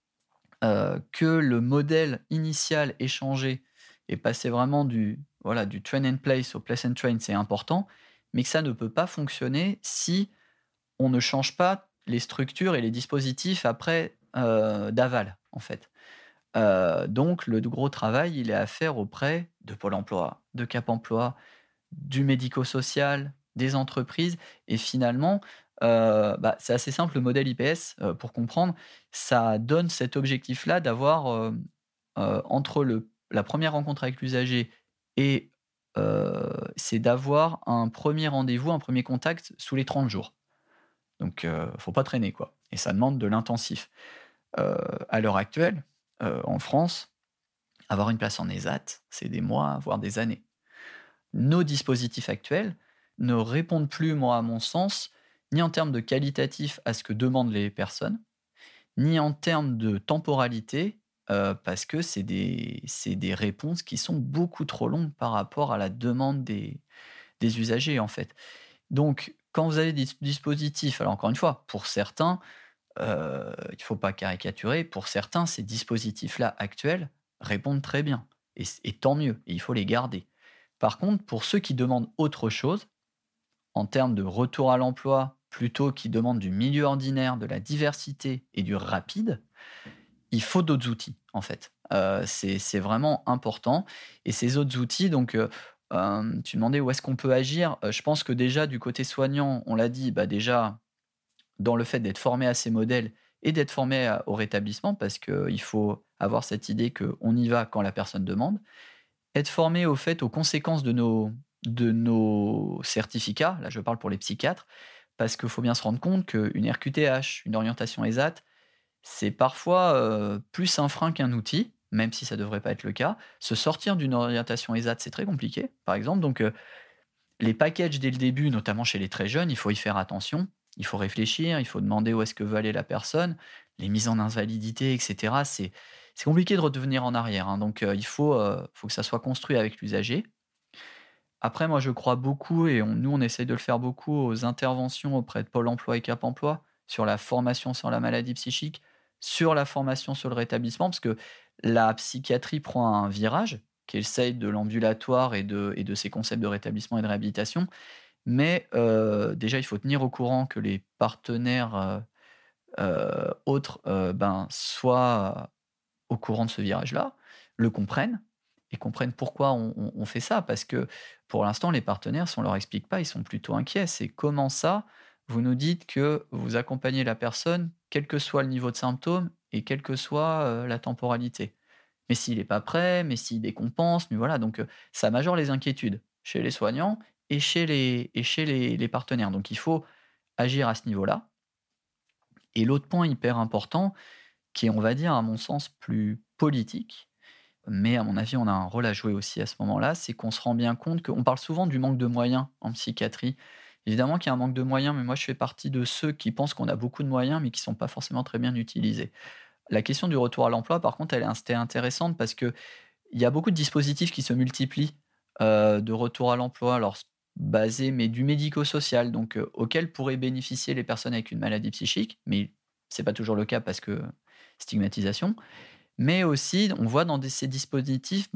le modèle initial échangé et passer vraiment du train and place au place and train, c'est important, mais que ça ne peut pas fonctionner si on ne change pas les structures et les dispositifs après d'aval, en fait. Donc, le gros travail, il est à faire auprès de Pôle emploi, de Cap emploi, du médico-social, des entreprises. Et finalement, c'est assez simple, le modèle IPS, pour comprendre, ça donne cet objectif-là d'avoir, entre la première rencontre avec l'usager et c'est d'avoir un premier rendez-vous, un premier contact sous les 30 jours. Donc, faut pas traîner, quoi. Et ça demande de l'intensif. À l'heure actuelle, en France, avoir une place en ESAT, c'est des mois, voire des années. Nos dispositifs actuels ne répondent plus, moi, à mon sens, ni en termes de qualitatif à ce que demandent les personnes, ni en termes de temporalité, parce que c'est des réponses qui sont beaucoup trop longues par rapport à la demande des usagers, en fait. Donc, quand vous avez des dispositifs, alors encore une fois, pour certains, il ne faut pas caricaturer, pour certains, ces dispositifs-là actuels répondent très bien, et tant mieux, et il faut les garder. Par contre, pour ceux qui demandent autre chose, en termes de retour à l'emploi, plutôt qui demandent du milieu ordinaire, de la diversité et du rapide, il faut d'autres outils, en fait. C'est vraiment important. Et ces autres outils, donc, tu demandais où est-ce qu'on peut agir. Je pense que déjà, du côté soignant, on l'a dit, déjà, dans le fait d'être formé à ces modèles et d'être formé au rétablissement, parce qu'il faut avoir cette idée qu'on y va quand la personne demande. Être formé au fait aux conséquences de nos certificats, là je parle pour les psychiatres, parce qu'il faut bien se rendre compte qu'une RQTH, une orientation ESAT, c'est parfois plus un frein qu'un outil, même si ça ne devrait pas être le cas. Se sortir d'une orientation ESAT, c'est très compliqué, par exemple. Donc, les packages dès le début, notamment chez les très jeunes, il faut y faire attention. Il faut réfléchir, il faut demander où est-ce que veut aller la personne. Les mises en invalidité, etc., c'est compliqué de revenir en arrière. Hein. Donc, il faut que ça soit construit avec l'usager. Après, moi, je crois beaucoup, et nous, on essaye de le faire beaucoup, aux interventions auprès de Pôle emploi et Cap emploi sur la formation sur la maladie psychique, sur la formation sur le rétablissement, parce que la psychiatrie prend un virage, qui est celle de l'ambulatoire et de ces concepts de rétablissement et de réhabilitation. Mais déjà, il faut tenir au courant que les partenaires autres soient au courant de ce virage-là, le comprennent et comprennent pourquoi on fait ça. Parce que pour l'instant, les partenaires, si on ne leur explique pas, ils sont plutôt inquiets. C'est comment ça, vous nous dites que vous accompagnez la personne, quel que soit le niveau de symptômes et quelle que soit la temporalité. Mais s'il n'est pas prêt, mais s'il décompense, mais voilà. Donc ça majore les inquiétudes chez les soignants et chez les partenaires. Donc il faut agir à ce niveau-là. Et l'autre point hyper important, qui est, on va dire, à mon sens, plus politique, mais à mon avis, on a un rôle à jouer aussi à ce moment-là, c'est qu'on se rend bien compte qu'on parle souvent du manque de moyens en psychiatrie. Évidemment qu'il y a un manque de moyens, mais moi je fais partie de ceux qui pensent qu'on a beaucoup de moyens, mais qui ne sont pas forcément très bien utilisés. La question du retour à l'emploi, par contre, c'était intéressante parce qu'il y a beaucoup de dispositifs qui se multiplient de retour à l'emploi, alors basés, mais du médico-social, donc auquel pourraient bénéficier les personnes avec une maladie psychique, mais c'est pas toujours le cas parce que stigmatisation. Mais aussi, on voit dans ces dispositifs,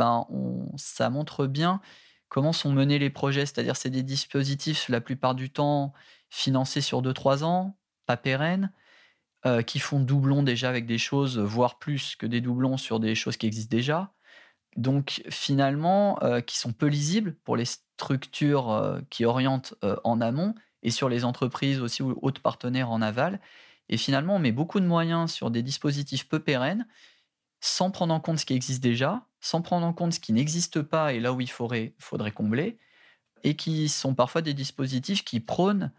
ça montre bien comment sont menés les projets. C'est-à-dire, c'est des dispositifs, la plupart du temps, financés sur 2-3 ans, pas pérennes, qui font doublon déjà avec des choses, voire plus que des doublons sur des choses qui existent déjà. Donc finalement, qui sont peu lisibles pour les structures, qui orientent, en amont et sur les entreprises aussi ou autres partenaires en aval. Et finalement, on met beaucoup de moyens sur des dispositifs peu pérennes, sans prendre en compte ce qui existe déjà, sans prendre en compte ce qui n'existe pas et là où faudrait combler, et qui sont parfois des dispositifs qui prônent,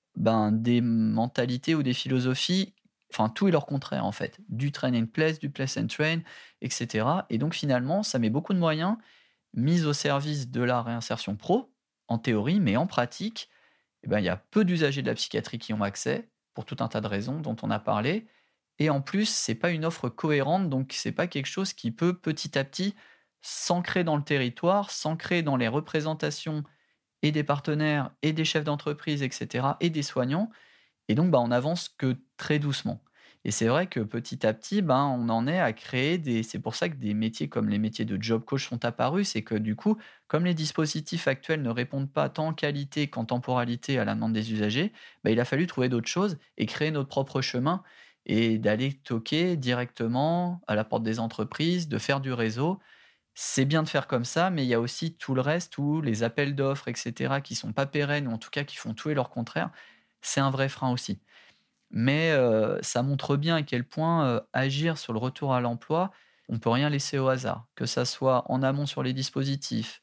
des mentalités ou des philosophies, enfin tout et leur contraire en fait. Du train and place, du place and train, etc. Et donc finalement, ça met beaucoup de moyens mis au service de la réinsertion pro, en théorie, mais en pratique, il y a peu d'usagers de la psychiatrie qui ont accès, pour tout un tas de raisons dont on a parlé. Et en plus, c'est pas une offre cohérente, donc c'est pas quelque chose qui peut petit à petit s'ancrer dans le territoire, s'ancrer dans les représentations et des partenaires et des chefs d'entreprise, etc., et des soignants. Et donc, on avance que très doucement. Et c'est vrai que petit à petit, on en est à créer c'est pour ça que des métiers comme les métiers de job coach sont apparus. C'est que du coup, comme les dispositifs actuels ne répondent pas tant en qualité qu'en temporalité à la demande des usagers, il a fallu trouver d'autres choses et créer notre propre chemin et d'aller toquer directement à la porte des entreprises, de faire du réseau. C'est bien de faire comme ça, mais il y a aussi tout le reste où les appels d'offres, etc., qui sont pas pérennes ou en tout cas qui font tout et leur contraire. C'est un vrai frein aussi. Mais ça montre bien à quel point agir sur le retour à l'emploi, on ne peut rien laisser au hasard. Que ça soit en amont sur les dispositifs,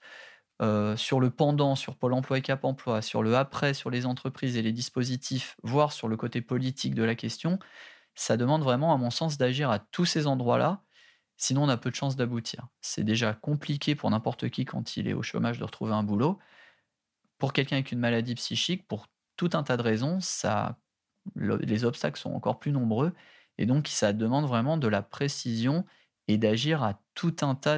sur le pendant, sur Pôle emploi et Cap emploi, sur le après, sur les entreprises et les dispositifs, voire sur le côté politique de la question, ça demande vraiment, à mon sens, d'agir à tous ces endroits-là. Sinon, on a peu de chances d'aboutir. C'est déjà compliqué pour n'importe qui quand il est au chômage de retrouver un boulot. Pour quelqu'un avec une maladie psychique, pour tout un tas de raisons, les obstacles sont encore plus nombreux. Et donc, ça demande vraiment de la précision et d'agir à tout un tas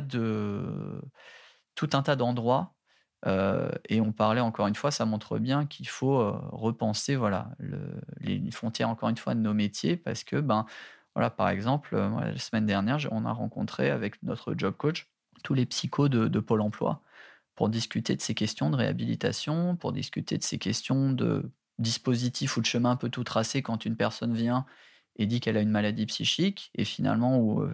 d'endroits. Et on parlait encore une fois, ça montre bien qu'il faut repenser les frontières, encore une fois, de nos métiers parce que, par exemple, moi, la semaine dernière, on a rencontré avec notre job coach tous les psychos de Pôle emploi pour discuter de ces questions de réhabilitation, pour discuter de ces questions de dispositifs ou de chemin un peu tout tracé quand une personne vient et dit qu'elle a une maladie psychique et finalement,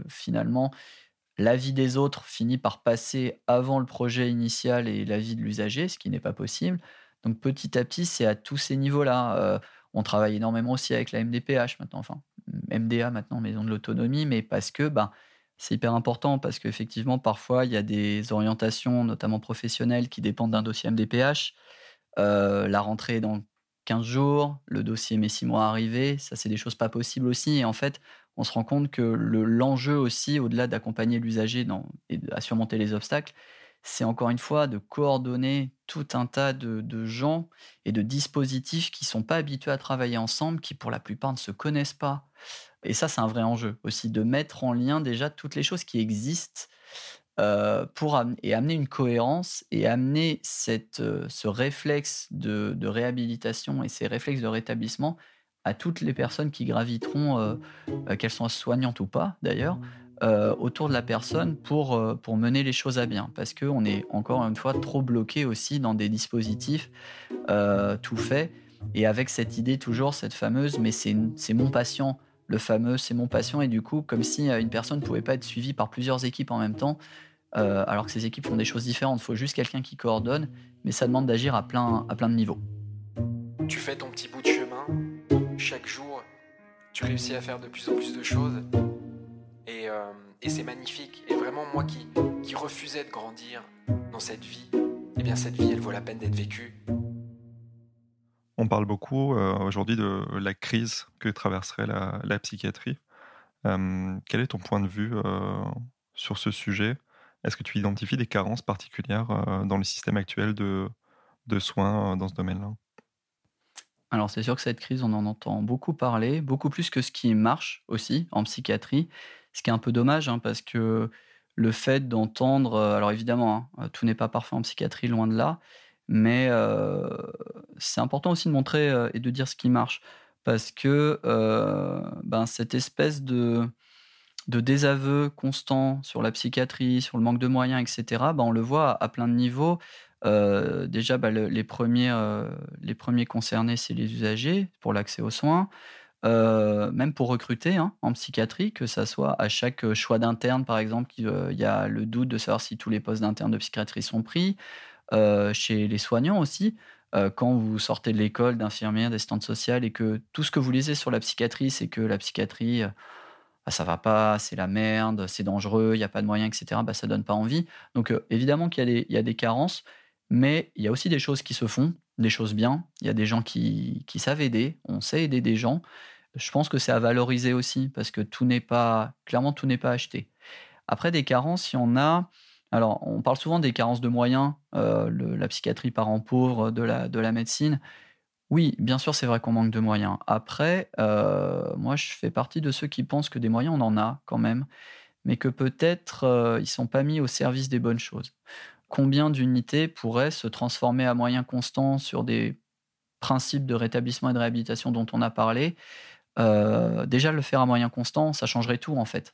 l'avis des autres finit par passer avant le projet initial et l'avis de l'usager, ce qui n'est pas possible. Donc petit à petit, c'est à tous ces niveaux-là. On travaille énormément aussi avec la MDPH maintenant, enfin MDA maintenant, Maison de l'autonomie, mais parce que c'est hyper important, parce qu'effectivement, parfois, il y a des orientations, notamment professionnelles, qui dépendent d'un dossier MDPH. La rentrée est dans 15 jours, le dossier met 6 mois à arriver, ça c'est des choses pas possibles aussi. Et en fait, on se rend compte que l'enjeu aussi, au-delà d'accompagner l'usager et à surmonter les obstacles, c'est encore une fois de coordonner tout un tas de gens et de dispositifs qui ne sont pas habitués à travailler ensemble, qui pour la plupart ne se connaissent pas. Et ça, c'est un vrai enjeu aussi, de mettre en lien déjà toutes les choses qui existent et amener une cohérence et amener ce réflexe de réhabilitation et ces réflexes de rétablissement à toutes les personnes qui graviteront, qu'elles soient soignantes ou pas d'ailleurs, autour de la personne pour mener les choses à bien. Parce qu'on est encore une fois trop bloqué aussi dans des dispositifs tout faits et avec cette idée toujours, cette fameuse « mais c'est mon patient », le fameux « c'est mon patient » et du coup comme si une personne ne pouvait pas être suivie par plusieurs équipes en même temps, alors que ces équipes font des choses différentes. Il faut juste quelqu'un qui coordonne, mais ça demande d'agir à plein de niveaux. Tu fais ton petit bout de chemin, chaque jour, tu réussis à faire de plus en plus de choses, et c'est magnifique. Et vraiment, moi qui refusais de grandir dans cette vie, eh bien cette vie, elle vaut la peine d'être vécue. On parle beaucoup aujourd'hui de la crise que traverserait la psychiatrie. Quel est ton point de vue sur ce sujet ? Est-ce que tu identifies des carences particulières dans le système actuel de soins dans ce domaine-là? Alors c'est sûr que cette crise, on en entend beaucoup parler, beaucoup plus que ce qui marche aussi en psychiatrie, ce qui est un peu dommage, hein, parce que le fait d'entendre, alors évidemment, hein, tout n'est pas parfait en psychiatrie, loin de là, mais c'est important aussi de montrer, et de dire ce qui marche. Parce que, ben, cette espèce de désaveu constant sur la psychiatrie, sur le manque de moyens et cetera, bah, on le voit à plein de niveaux. Déjà, bah, les premiers concernés, c'est les usagers pour l'accès aux soins, même pour recruter, hein, en psychiatrie, que ça soit à chaque, choix d'interne, par exemple, il y a le doute de savoir si tous les postes d'internes de psychiatrie sont pris. Chez les soignants aussi, quand vous sortez de l'école d'infirmière, d'assistante sociale et que tout ce que vous lisez sur la psychiatrie, c'est que la psychiatrie, bah, ça va pas, c'est la merde, c'est dangereux, il y a pas de moyens et cetera, bah, ça donne pas envie. Donc évidemment qu'il y a des carences, mais il y a aussi des choses qui se font, des choses bien. Il y a des gens qui savent aider, on sait aider des gens. Je pense que c'est à valoriser aussi parce que tout n'est pas acheté. Après des carences, il y en a. Alors, on parle souvent des carences de moyens, la psychiatrie parent pauvre de la médecine. Oui, bien sûr, c'est vrai qu'on manque de moyens. Après, moi, je fais partie de ceux qui pensent que des moyens, on en a quand même, mais que peut-être, ils sont pas mis au service des bonnes choses. Combien d'unités pourraient se transformer à moyens constants sur des principes de rétablissement et de réhabilitation dont on a parlé? Déjà le faire à moyens constants, ça changerait tout, en fait.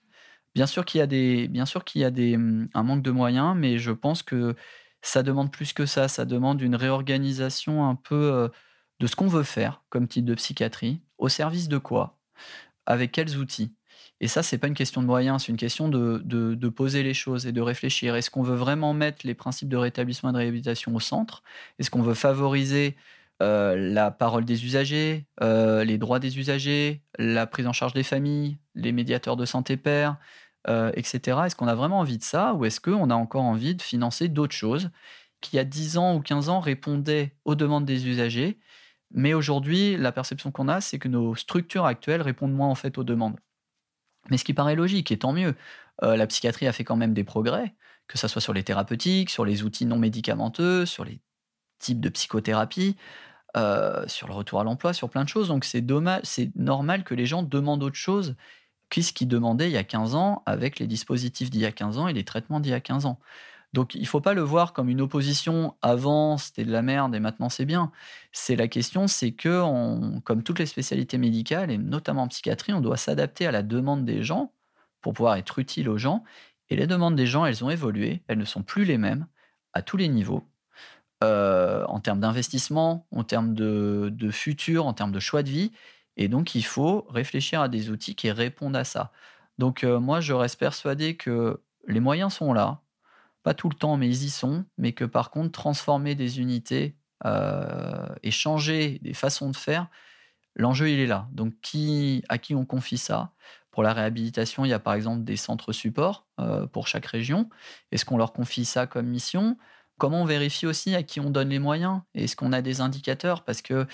Bien sûr qu'il y a un manque de moyens, mais je pense que ça demande plus que ça. Ça demande une réorganisation un peu, de ce qu'on veut faire comme type de psychiatrie, au service de quoi, avec quels outils. Et ça, c'est pas une question de moyens, c'est une question de poser les choses et de réfléchir. Est-ce qu'on veut vraiment mettre les principes de rétablissement et de réhabilitation au centre? Est-ce qu'on veut favoriser, la parole des usagers, les droits des usagers, la prise en charge des familles, les médiateurs de santé pairs, et cetera? Est-ce qu'on a vraiment envie de ça ou est-ce qu'on a encore envie de financer d'autres choses qui, il y a 10 ans ou 15 ans, répondaient aux demandes des usagers, mais aujourd'hui, la perception qu'on a, c'est que nos structures actuelles répondent moins, en fait, aux demandes. Mais ce qui paraît logique et tant mieux. La psychiatrie a fait quand même des progrès, que ça soit sur les thérapeutiques, sur les outils non médicamenteux, sur les types de psychothérapie, sur le retour à l'emploi, sur plein de choses. Donc c'est normal que les gens demandent autre chose que ce qu'ils demandaient il y a 15 ans avec les dispositifs d'il y a 15 ans et les traitements d'il y a 15 ans. Donc il ne faut pas le voir comme une opposition. Avant, c'était de la merde et maintenant c'est bien. C'est la question, c'est que comme toutes les spécialités médicales et notamment en psychiatrie, on doit s'adapter à la demande des gens pour pouvoir être utile aux gens. Et les demandes des gens, elles ont évolué, elles ne sont plus les mêmes à tous les niveaux, en termes d'investissement, en termes de futur, en termes de choix de vie. Et donc, il faut réfléchir à des outils qui répondent à ça. Donc, moi, je reste persuadé que les moyens sont là, pas tout le temps, mais ils y sont, mais que par contre, transformer des unités et changer des façons de faire, l'enjeu, il est là. Donc, à qui on confie ça? Pour la réhabilitation, il y a par exemple des centres supports pour chaque région. Est-ce qu'on leur confie ça comme mission? Comment on vérifie aussi à qui on donne les moyens? Est-ce qu'on a des indicateurs? Parce que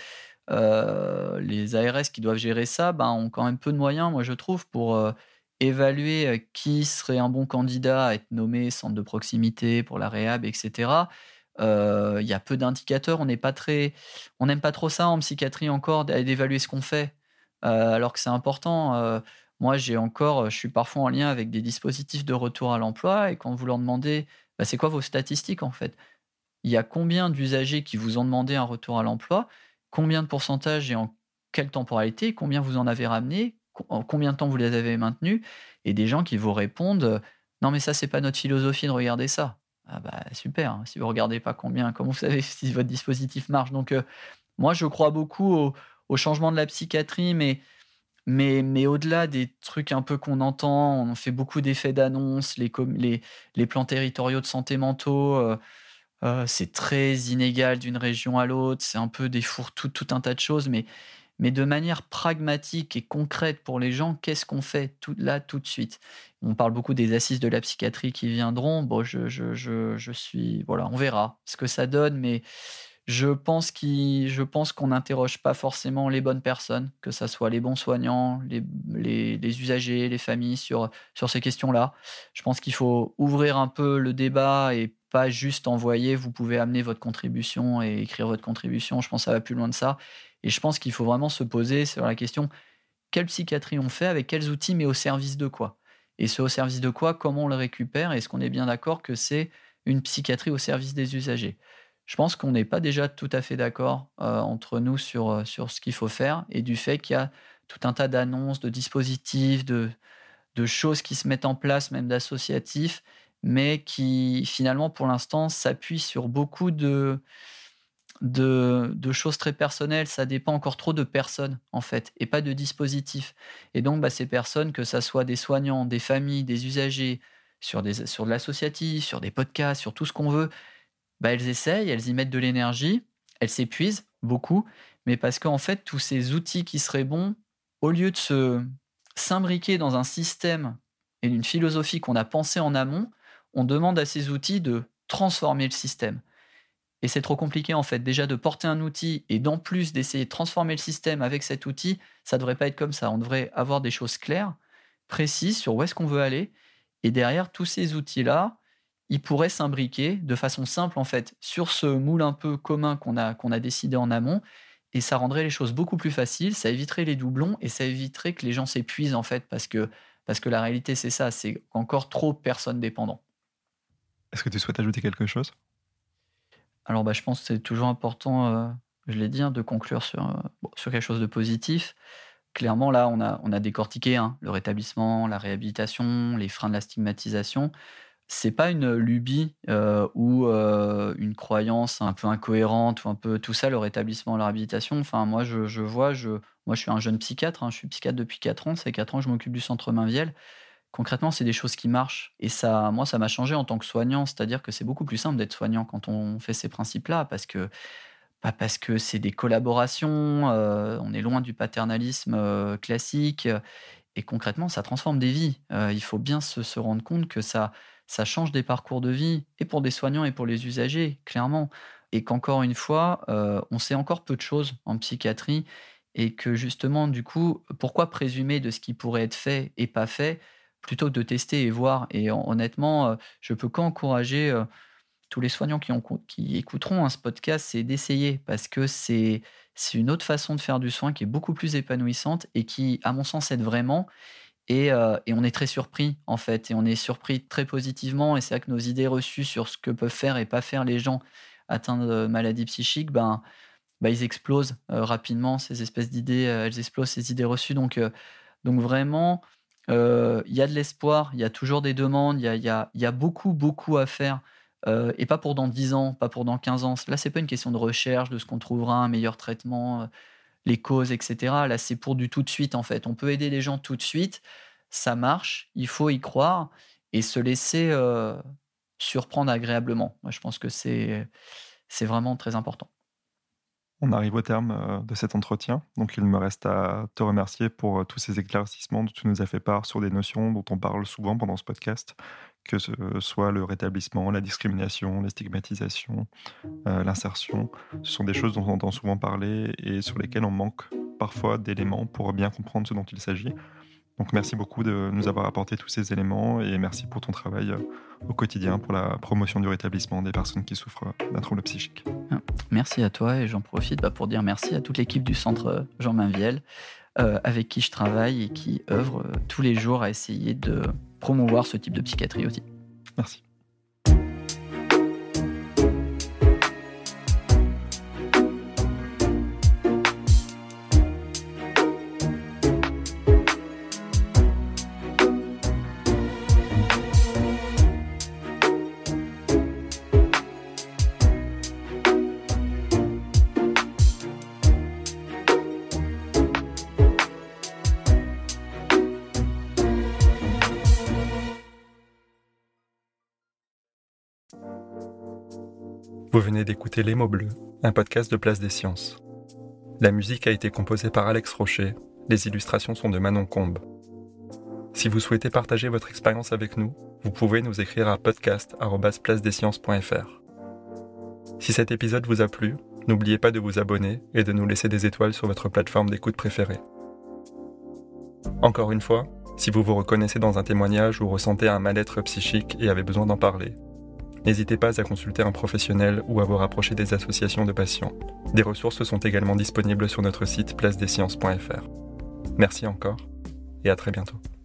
les ARS qui doivent gérer ça, ben, ont quand même peu de moyens, moi je trouve, pour évaluer qui serait un bon candidat à être nommé centre de proximité pour la réhab, etc. Il y a peu d'indicateurs, on n'aime pas trop ça en psychiatrie encore, d'évaluer ce qu'on fait, alors que c'est important. Moi, je suis parfois en lien avec des dispositifs de retour à l'emploi et quand vous leur demandez, bah, c'est quoi vos statistiques en fait? Il y a combien d'usagers qui vous ont demandé un retour à l'emploi? Combien de pourcentage et en quelle temporalité? Combien vous en avez ramené? En combien de temps vous les avez maintenus? Et des gens qui vous répondent, «Non mais ça, c'est pas notre philosophie de regarder ça». Ah bah, super, hein, si vous regardez pas comment vous savez si votre dispositif marche? Donc moi, je crois beaucoup au changement de la psychiatrie, mais au-delà des trucs un peu qu'on entend, on fait beaucoup d'effets d'annonce, les plans territoriaux de santé mentaux, c'est très inégal d'une région à l'autre, c'est un peu des fourre-tout, tout un tas de choses, mais de manière pragmatique et concrète pour les gens, qu'est-ce qu'on fait tout là, tout de suite? On parle beaucoup des assises de la psychiatrie qui viendront. Bon, je suis voilà, on verra ce que ça donne, mais Je pense qu'on n'interroge pas forcément les bonnes personnes, que ça soit les bons soignants, les usagers, les familles sur ces questions-là. Je pense qu'il faut ouvrir un peu le débat et pas juste envoyer: «Vous pouvez amener votre contribution et écrire votre contribution». Je pense que ça va plus loin de ça et je pense qu'il faut vraiment se poser sur la question: quelle psychiatrie on fait, avec quels outils, mais au service de quoi? Et ce au service de quoi, comment on le récupère? Est-ce qu'on est bien d'accord que c'est une psychiatrie au service des usagers? Je pense qu'on n'est pas déjà tout à fait d'accord, entre nous sur ce qu'il faut faire et du fait qu'il y a tout un tas d'annonces, de dispositifs, de choses qui se mettent en place, même d'associatifs, mais qui finalement, pour l'instant, s'appuient sur beaucoup de choses très personnelles. Ça dépend encore trop de personnes, en fait, et pas de dispositifs. Et donc, ces personnes, que ça soit des soignants, des familles, des usagers, sur de l'associatif, sur des podcasts, sur tout ce qu'on veut, elles essayent, elles y mettent de l'énergie, elles s'épuisent beaucoup, mais parce qu'en fait, tous ces outils qui seraient bons, au lieu de s'imbriquer dans un système et une philosophie qu'on a pensée en amont, on demande à ces outils de transformer le système. Et c'est trop compliqué, en fait. Déjà, de porter un outil et d'en plus d'essayer de transformer le système avec cet outil, ça devrait pas être comme ça. On devrait avoir des choses claires, précises sur où est-ce qu'on veut aller. Et derrière, tous ces outils-là, ils pourraient s'imbriquer de façon simple, en fait, sur ce moule un peu commun qu'on a décidé en amont. Et ça rendrait les choses beaucoup plus faciles, ça éviterait les doublons et ça éviterait que les gens s'épuisent, en fait, parce que la réalité, c'est ça, c'est encore trop personne dépendant. Est-ce que tu souhaites ajouter quelque chose ? Alors, je pense que c'est toujours important, je l'ai dit, de conclure sur quelque chose de positif. Clairement, là, on a décortiqué le rétablissement, la réhabilitation, les freins de la stigmatisation. C'est pas une lubie ou une croyance un peu incohérente ou un peu tout ça, le rétablissement, la réhabilitation. Enfin, moi, je suis un jeune psychiatre, je suis psychiatre depuis 4 ans. Ça fait 4 ans que je m'occupe du centre Mainvielle. Concrètement, c'est des choses qui marchent et ça, moi, ça m'a changé en tant que soignant. C'est-à-dire que c'est beaucoup plus simple d'être soignant quand on fait ces principes-là parce que c'est des collaborations, on est loin du paternalisme, classique, et concrètement, ça transforme des vies. Il faut bien se rendre compte que ça change des parcours de vie et pour des soignants et pour les usagers, clairement. Et qu'encore une fois, on sait encore peu de choses en psychiatrie et que justement, du coup, pourquoi présumer de ce qui pourrait être fait et pas fait, plutôt que de tester et voir? Et honnêtement, je peux qu'encourager, tous les soignants qui écouteront ce podcast, c'est d'essayer parce que c'est une autre façon de faire du soin qui est beaucoup plus épanouissante et qui, à mon sens, aide vraiment. Et on est très surpris, en fait, et on est surpris très positivement. Et c'est vrai que nos idées reçues sur ce que peuvent faire et pas faire les gens atteints de maladies psychiques, ils explosent rapidement. Ces espèces d'idées, elles explosent, ces idées reçues. Donc vraiment, il y a de l'espoir, il y a toujours des demandes, il y a beaucoup, beaucoup à faire. Et pas pour dans 10 ans, pas pour dans 15 ans. Là, c'est pas une question de recherche, de ce qu'on trouvera un meilleur traitement, les causes, etc. Là, c'est pour du tout de suite, en fait. On peut aider les gens tout de suite, ça marche, il faut y croire et se laisser surprendre agréablement. Moi, je pense que c'est vraiment très important. On arrive au terme de cet entretien, donc il me reste à te remercier pour tous ces éclaircissements dont tu nous as fait part sur des notions dont on parle souvent pendant ce podcast, que ce soit le rétablissement, la discrimination, la stigmatisation, l'insertion. Ce sont des choses dont on entend souvent parler et sur lesquelles on manque parfois d'éléments pour bien comprendre ce dont il s'agit. Donc merci beaucoup de nous avoir apporté tous ces éléments et merci pour ton travail au quotidien pour la promotion du rétablissement des personnes qui souffrent d'un trouble psychique. Merci à toi et j'en profite pour dire merci à toute l'équipe du centre Jean Mainvielle avec qui je travaille et qui œuvre tous les jours à essayer de promouvoir ce type de psychiatrie aussi. Merci. Vous venez d'écouter Les mots bleus, un podcast de Place des Sciences. La musique a été composée par Alex Rocher, les illustrations sont de Manon Combe. Si vous souhaitez partager votre expérience avec nous, vous pouvez nous écrire à podcast@placedesciences.fr. Si cet épisode vous a plu, N'oubliez pas de vous abonner et de nous laisser des étoiles sur votre plateforme d'écoute préférée. Encore une fois, si vous vous reconnaissez dans un témoignage ou ressentez un mal-être psychique et avez besoin d'en parler, n'hésitez pas à consulter un professionnel ou à vous rapprocher des associations de patients. Des ressources sont également disponibles sur notre site placedesciences.fr. Merci encore et à très bientôt.